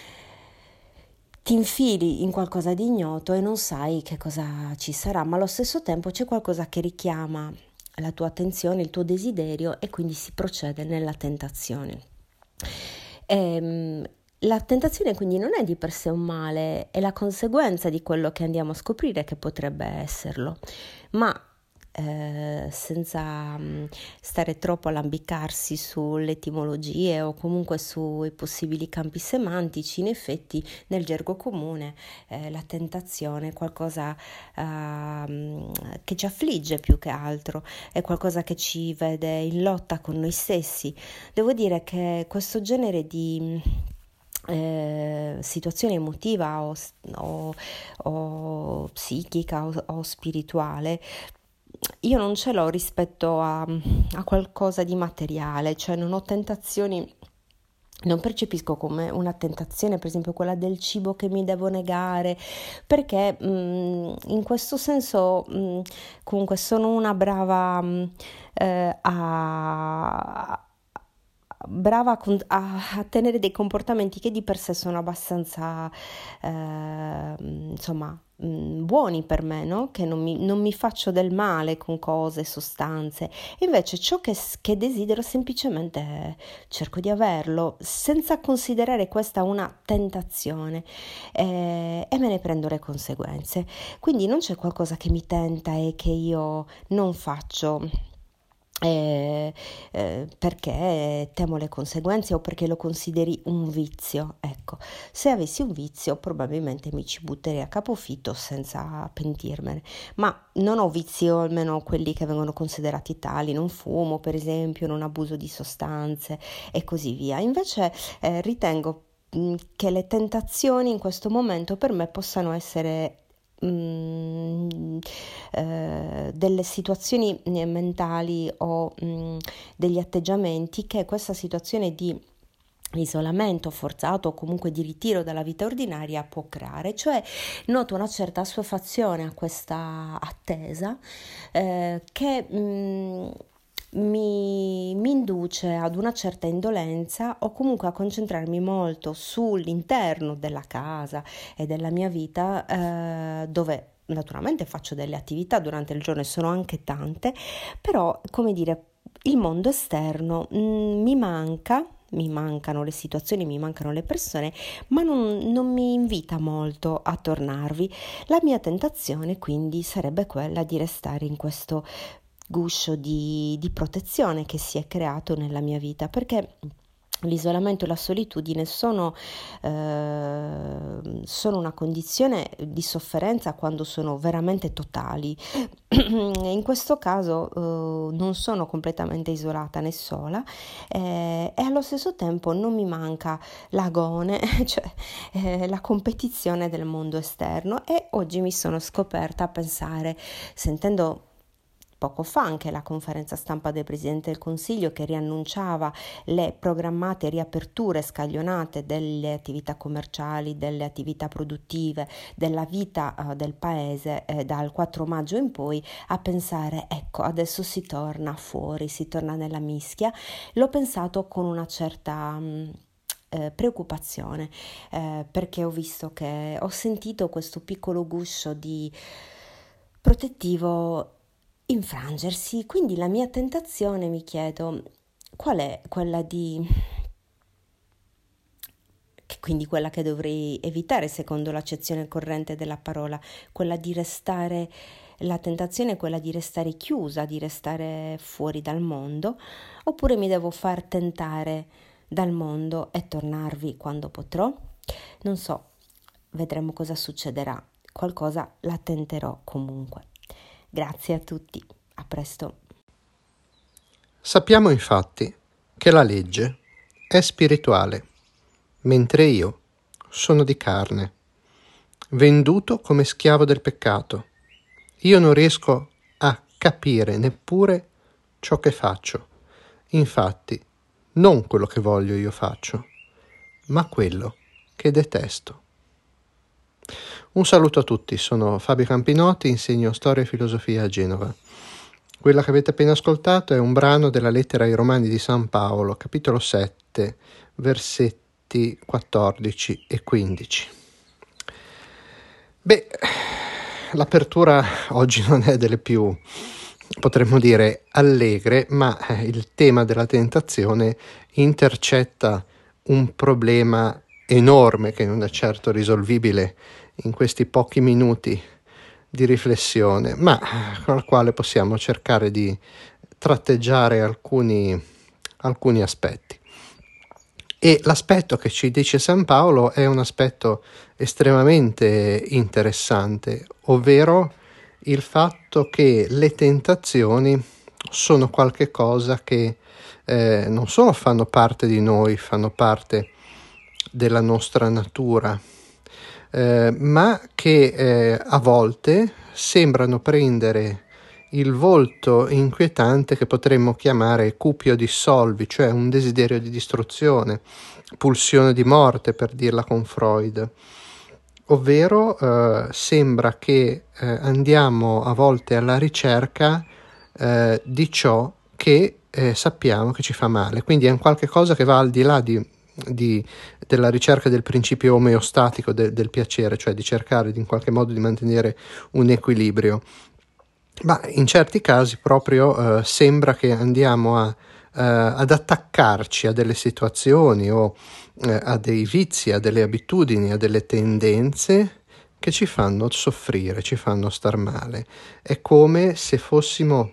ti infili in qualcosa di ignoto e non sai che cosa ci sarà, ma allo stesso tempo c'è qualcosa che richiama la tua attenzione, il tuo desiderio, e quindi si procede nella tentazione. Ehm, la tentazione quindi non è di per sé un male, è la conseguenza di quello che andiamo a scoprire che potrebbe esserlo, ma eh, senza mh, stare troppo a lambicarsi sulle etimologie o comunque sui possibili campi semantici, in effetti nel gergo comune eh, la tentazione è qualcosa uh, che ci affligge più che altro, è qualcosa che ci vede in lotta con noi stessi. Devo dire che questo genere di Eh, situazione emotiva o, o, o psichica o, o spirituale, io non ce l'ho rispetto a, a qualcosa di materiale, cioè non ho tentazioni, non percepisco come una tentazione, per esempio quella del cibo che mi devo negare, perché mh, in questo senso mh, comunque sono una brava mh, eh, a brava a, a tenere dei comportamenti che di per sé sono abbastanza eh, insomma mh, buoni per me, no? Che non mi, non mi faccio del male con cose, sostanze. Invece ciò che, che desidero semplicemente cerco di averlo senza considerare questa una tentazione eh, e me ne prendo le conseguenze. Quindi non c'è qualcosa che mi tenta e che io non faccio Eh, eh, perché temo le conseguenze o perché lo consideri un vizio. Ecco, se avessi un vizio probabilmente mi ci butterei a capofitto senza pentirmene, ma non ho vizi, o almeno quelli che vengono considerati tali, non fumo per esempio, non abuso di sostanze e così via. Invece eh, ritengo mh, che le tentazioni in questo momento per me possano essere Mm, eh, delle situazioni eh, mentali o mm, degli atteggiamenti che questa situazione di isolamento forzato o comunque di ritiro dalla vita ordinaria può creare. Cioè noto una certa assuefazione a questa attesa eh, che mm, mi, mi induce ad una certa indolenza o comunque a concentrarmi molto sull'interno della casa e della mia vita, eh, dove naturalmente faccio delle attività durante il giorno e sono anche tante, però come dire, il mondo esterno mh, mi manca. Mi mancano le situazioni, mi mancano le persone, ma non, non mi invita molto a tornarvi. La mia tentazione quindi sarebbe quella di restare in questo guscio di, di protezione che si è creato nella mia vita, perché l'isolamento e la solitudine sono, eh, sono una condizione di sofferenza quando sono veramente totali. In questo caso eh, non sono completamente isolata né sola eh, e allo stesso tempo non mi manca l'agone, cioè eh, la competizione del mondo esterno, e oggi mi sono scoperta a pensare, sentendo poco fa anche la conferenza stampa del Presidente del Consiglio che riannunciava le programmate riaperture scaglionate delle attività commerciali, delle attività produttive, della vita uh, del paese eh, dal quattro maggio in poi, a pensare ecco adesso si torna fuori, si torna nella mischia. L'ho pensato con una certa um, eh, preoccupazione eh, perché ho visto che ho sentito questo piccolo guscio di protettivo infrangersi, quindi la mia tentazione, mi chiedo, qual è quella di quindi quella che dovrei evitare secondo l'accezione corrente della parola, quella di restare, la tentazione è quella di restare chiusa, di restare fuori dal mondo, oppure mi devo far tentare dal mondo e tornarvi quando potrò? Non so, vedremo cosa succederà, qualcosa la tenterò comunque. Grazie a tutti, a presto. Sappiamo infatti che la legge è spirituale, mentre io sono di carne, venduto come schiavo del peccato. Io non riesco a capire neppure ciò che faccio. Infatti, non quello che voglio io faccio, ma quello che detesto. Un saluto a tutti, sono Fabio Campinotti, insegno storia e filosofia a Genova. Quella che avete appena ascoltato è un brano della lettera ai Romani di San Paolo, capitolo sette, versetti quattordici e quindici. Beh, l'apertura oggi non è delle più, potremmo dire, allegre, ma il tema della tentazione intercetta un problema enorme che non è certo risolvibile in questi pochi minuti di riflessione, ma con il quale possiamo cercare di tratteggiare alcuni, alcuni aspetti. E l'aspetto che ci dice San Paolo è un aspetto estremamente interessante, ovvero il fatto che le tentazioni sono qualche cosa che eh, non solo fanno parte di noi, fanno parte della nostra natura, Eh, ma che eh, a volte sembrano prendere il volto inquietante che potremmo chiamare cupio dissolvi, cioè un desiderio di distruzione, pulsione di morte per dirla con Freud, ovvero eh, sembra che eh, andiamo a volte alla ricerca eh, di ciò che eh, sappiamo che ci fa male, quindi è un qualche cosa che va al di là di Di, della ricerca del principio omeostatico de, del piacere, cioè di cercare di, in qualche modo di mantenere un equilibrio, ma in certi casi proprio eh, sembra che andiamo a, eh, ad attaccarci a delle situazioni o eh, a dei vizi, a delle abitudini, a delle tendenze che ci fanno soffrire, ci fanno star male. È come se fossimo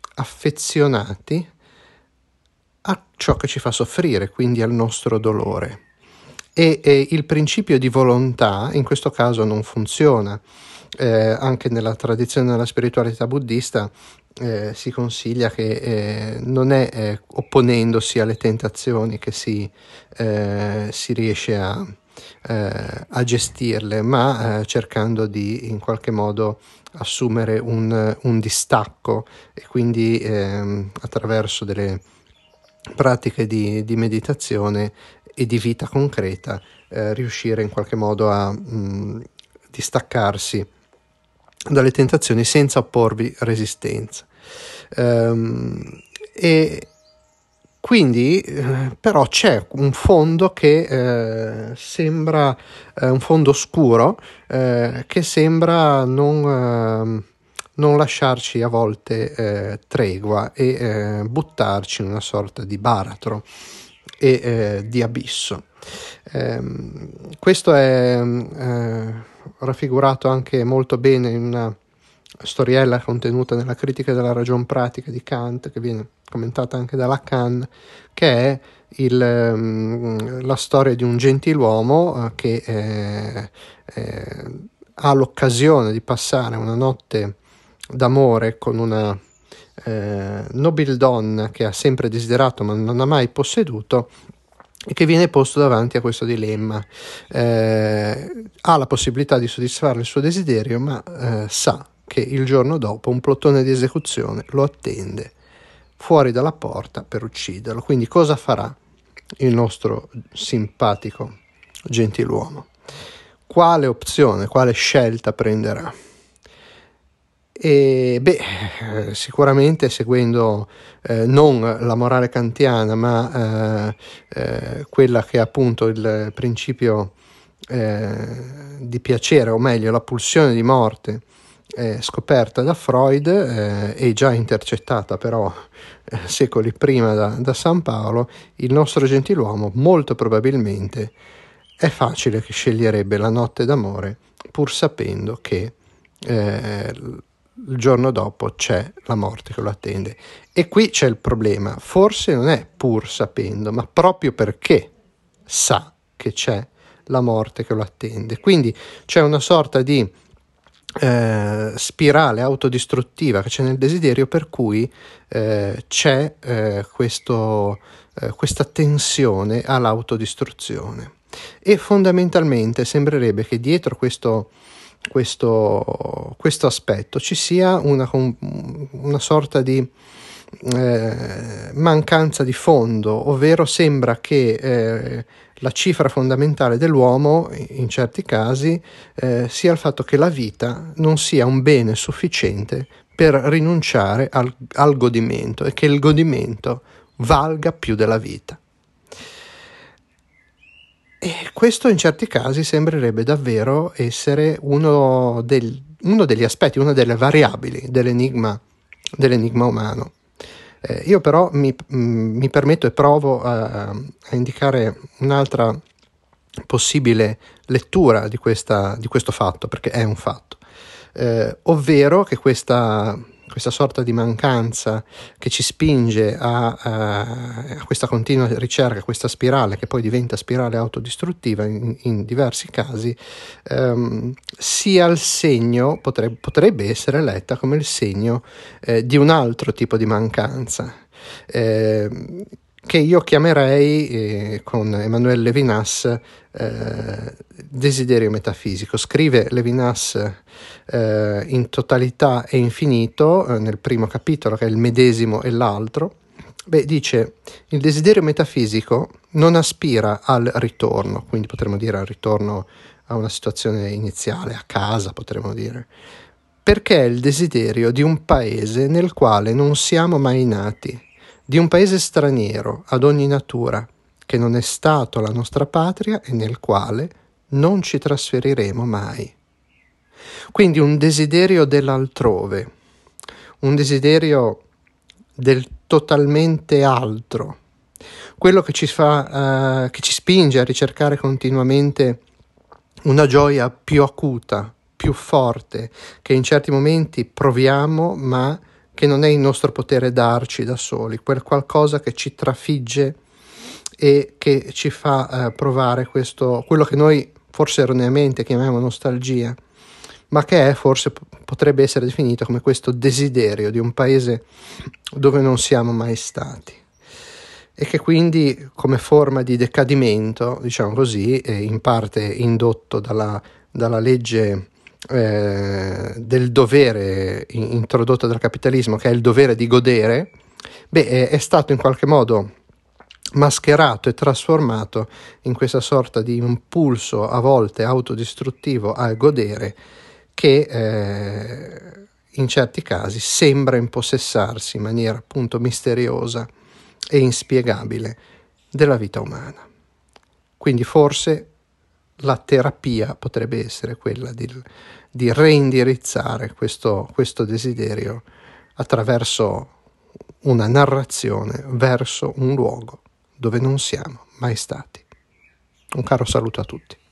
affezionati a ciò che ci fa soffrire, quindi al nostro dolore. E, e il principio di volontà in questo caso non funziona. Eh, anche nella tradizione della spiritualità buddista eh, si consiglia che eh, non è eh, opponendosi alle tentazioni che si, eh, si riesce a, eh, a gestirle, ma eh, cercando di in qualche modo assumere un, un distacco e quindi eh, attraverso delle pratiche di, di meditazione e di vita concreta eh, riuscire in qualche modo a mh, distaccarsi dalle tentazioni senza opporvi resistenza. Ehm, e quindi eh, però c'è un fondo che eh, sembra eh, un fondo scuro eh, che sembra non, eh, non lasciarci a volte eh, tregua e eh, buttarci in una sorta di baratro e eh, di abisso. Eh, questo è eh, raffigurato anche molto bene in una storiella contenuta nella Critica della ragion pratica di Kant, che viene commentata anche da Lacan, che è il, um, la storia di un gentiluomo uh, che eh, eh, ha l'occasione di passare una notte d'amore con una eh, nobildonna che ha sempre desiderato ma non ha mai posseduto, e che viene posto davanti a questo dilemma. Eh, ha la possibilità di soddisfare il suo desiderio, ma eh, sa che il giorno dopo un plotone di esecuzione lo attende fuori dalla porta per ucciderlo. Quindi cosa farà il nostro simpatico gentiluomo? Quale opzione, quale scelta prenderà? E beh, sicuramente seguendo eh, non la morale kantiana, ma eh, eh, quella che è appunto il principio eh, di piacere, o meglio la pulsione di morte eh, scoperta da Freud eh, e già intercettata però eh, secoli prima da, da San Paolo, il nostro gentiluomo molto probabilmente è facile che sceglierebbe la notte d'amore, pur sapendo che eh, il giorno dopo c'è la morte che lo attende. E qui c'è il problema, forse non è pur sapendo, ma proprio perché sa che c'è la morte che lo attende. Quindi c'è una sorta di eh, spirale autodistruttiva che c'è nel desiderio, per cui eh, c'è eh, questo, eh, questa tensione all'autodistruzione. E fondamentalmente sembrerebbe che dietro questo Questo, questo aspetto ci sia una, una sorta di eh, mancanza di fondo, ovvero sembra che eh, la cifra fondamentale dell'uomo in certi casi eh, sia il fatto che la vita non sia un bene sufficiente per rinunciare al, al godimento, e che il godimento valga più della vita. E questo in certi casi sembrerebbe davvero essere uno, del, uno degli aspetti, una delle variabili dell'enigma, dell'enigma umano. Eh, io però mi, mi permetto e provo a, a indicare un'altra possibile lettura di, questa, di questo fatto, perché è un fatto, eh, ovvero che questa... questa sorta di mancanza che ci spinge a, a, a questa continua ricerca, questa spirale che poi diventa spirale autodistruttiva in, in diversi casi, ehm, sia il segno, potrebbe, potrebbe essere letta come il segno eh, di un altro tipo di mancanza, eh, che io chiamerei eh, con Emmanuel Levinas eh, desiderio metafisico. Scrive Levinas eh, in Totalità e Infinito, eh, nel primo capitolo, che è il medesimo e l'altro. Beh, dice: il desiderio metafisico non aspira al ritorno, quindi potremmo dire al ritorno a una situazione iniziale, a casa potremmo dire, perché è il desiderio di un paese nel quale non siamo mai nati, di un paese straniero ad ogni natura, che non è stato la nostra patria e nel quale non ci trasferiremo mai. Quindi un desiderio dell'altrove, un desiderio del totalmente altro, quello che ci fa, uh, che ci spinge a ricercare continuamente una gioia più acuta, più forte, che in certi momenti proviamo, ma che non è in nostro potere darci da soli, quel qualcosa che ci trafigge e che ci fa eh, provare questo, quello che noi forse erroneamente chiamiamo nostalgia, ma che è forse potrebbe essere definito come questo desiderio di un paese dove non siamo mai stati, e che quindi come forma di decadimento, diciamo così, è in parte indotto dalla, dalla legge eh, del dovere introdotta dal capitalismo, che è il dovere di godere, beh, è, è stato in qualche modo mascherato e trasformato in questa sorta di impulso a volte autodistruttivo al godere, che eh, in certi casi sembra impossessarsi in maniera appunto misteriosa e inspiegabile della vita umana. Quindi forse la terapia potrebbe essere quella di, di reindirizzare questo, questo desiderio attraverso una narrazione verso un luogo dove non siamo mai stati. Un caro saluto a tutti.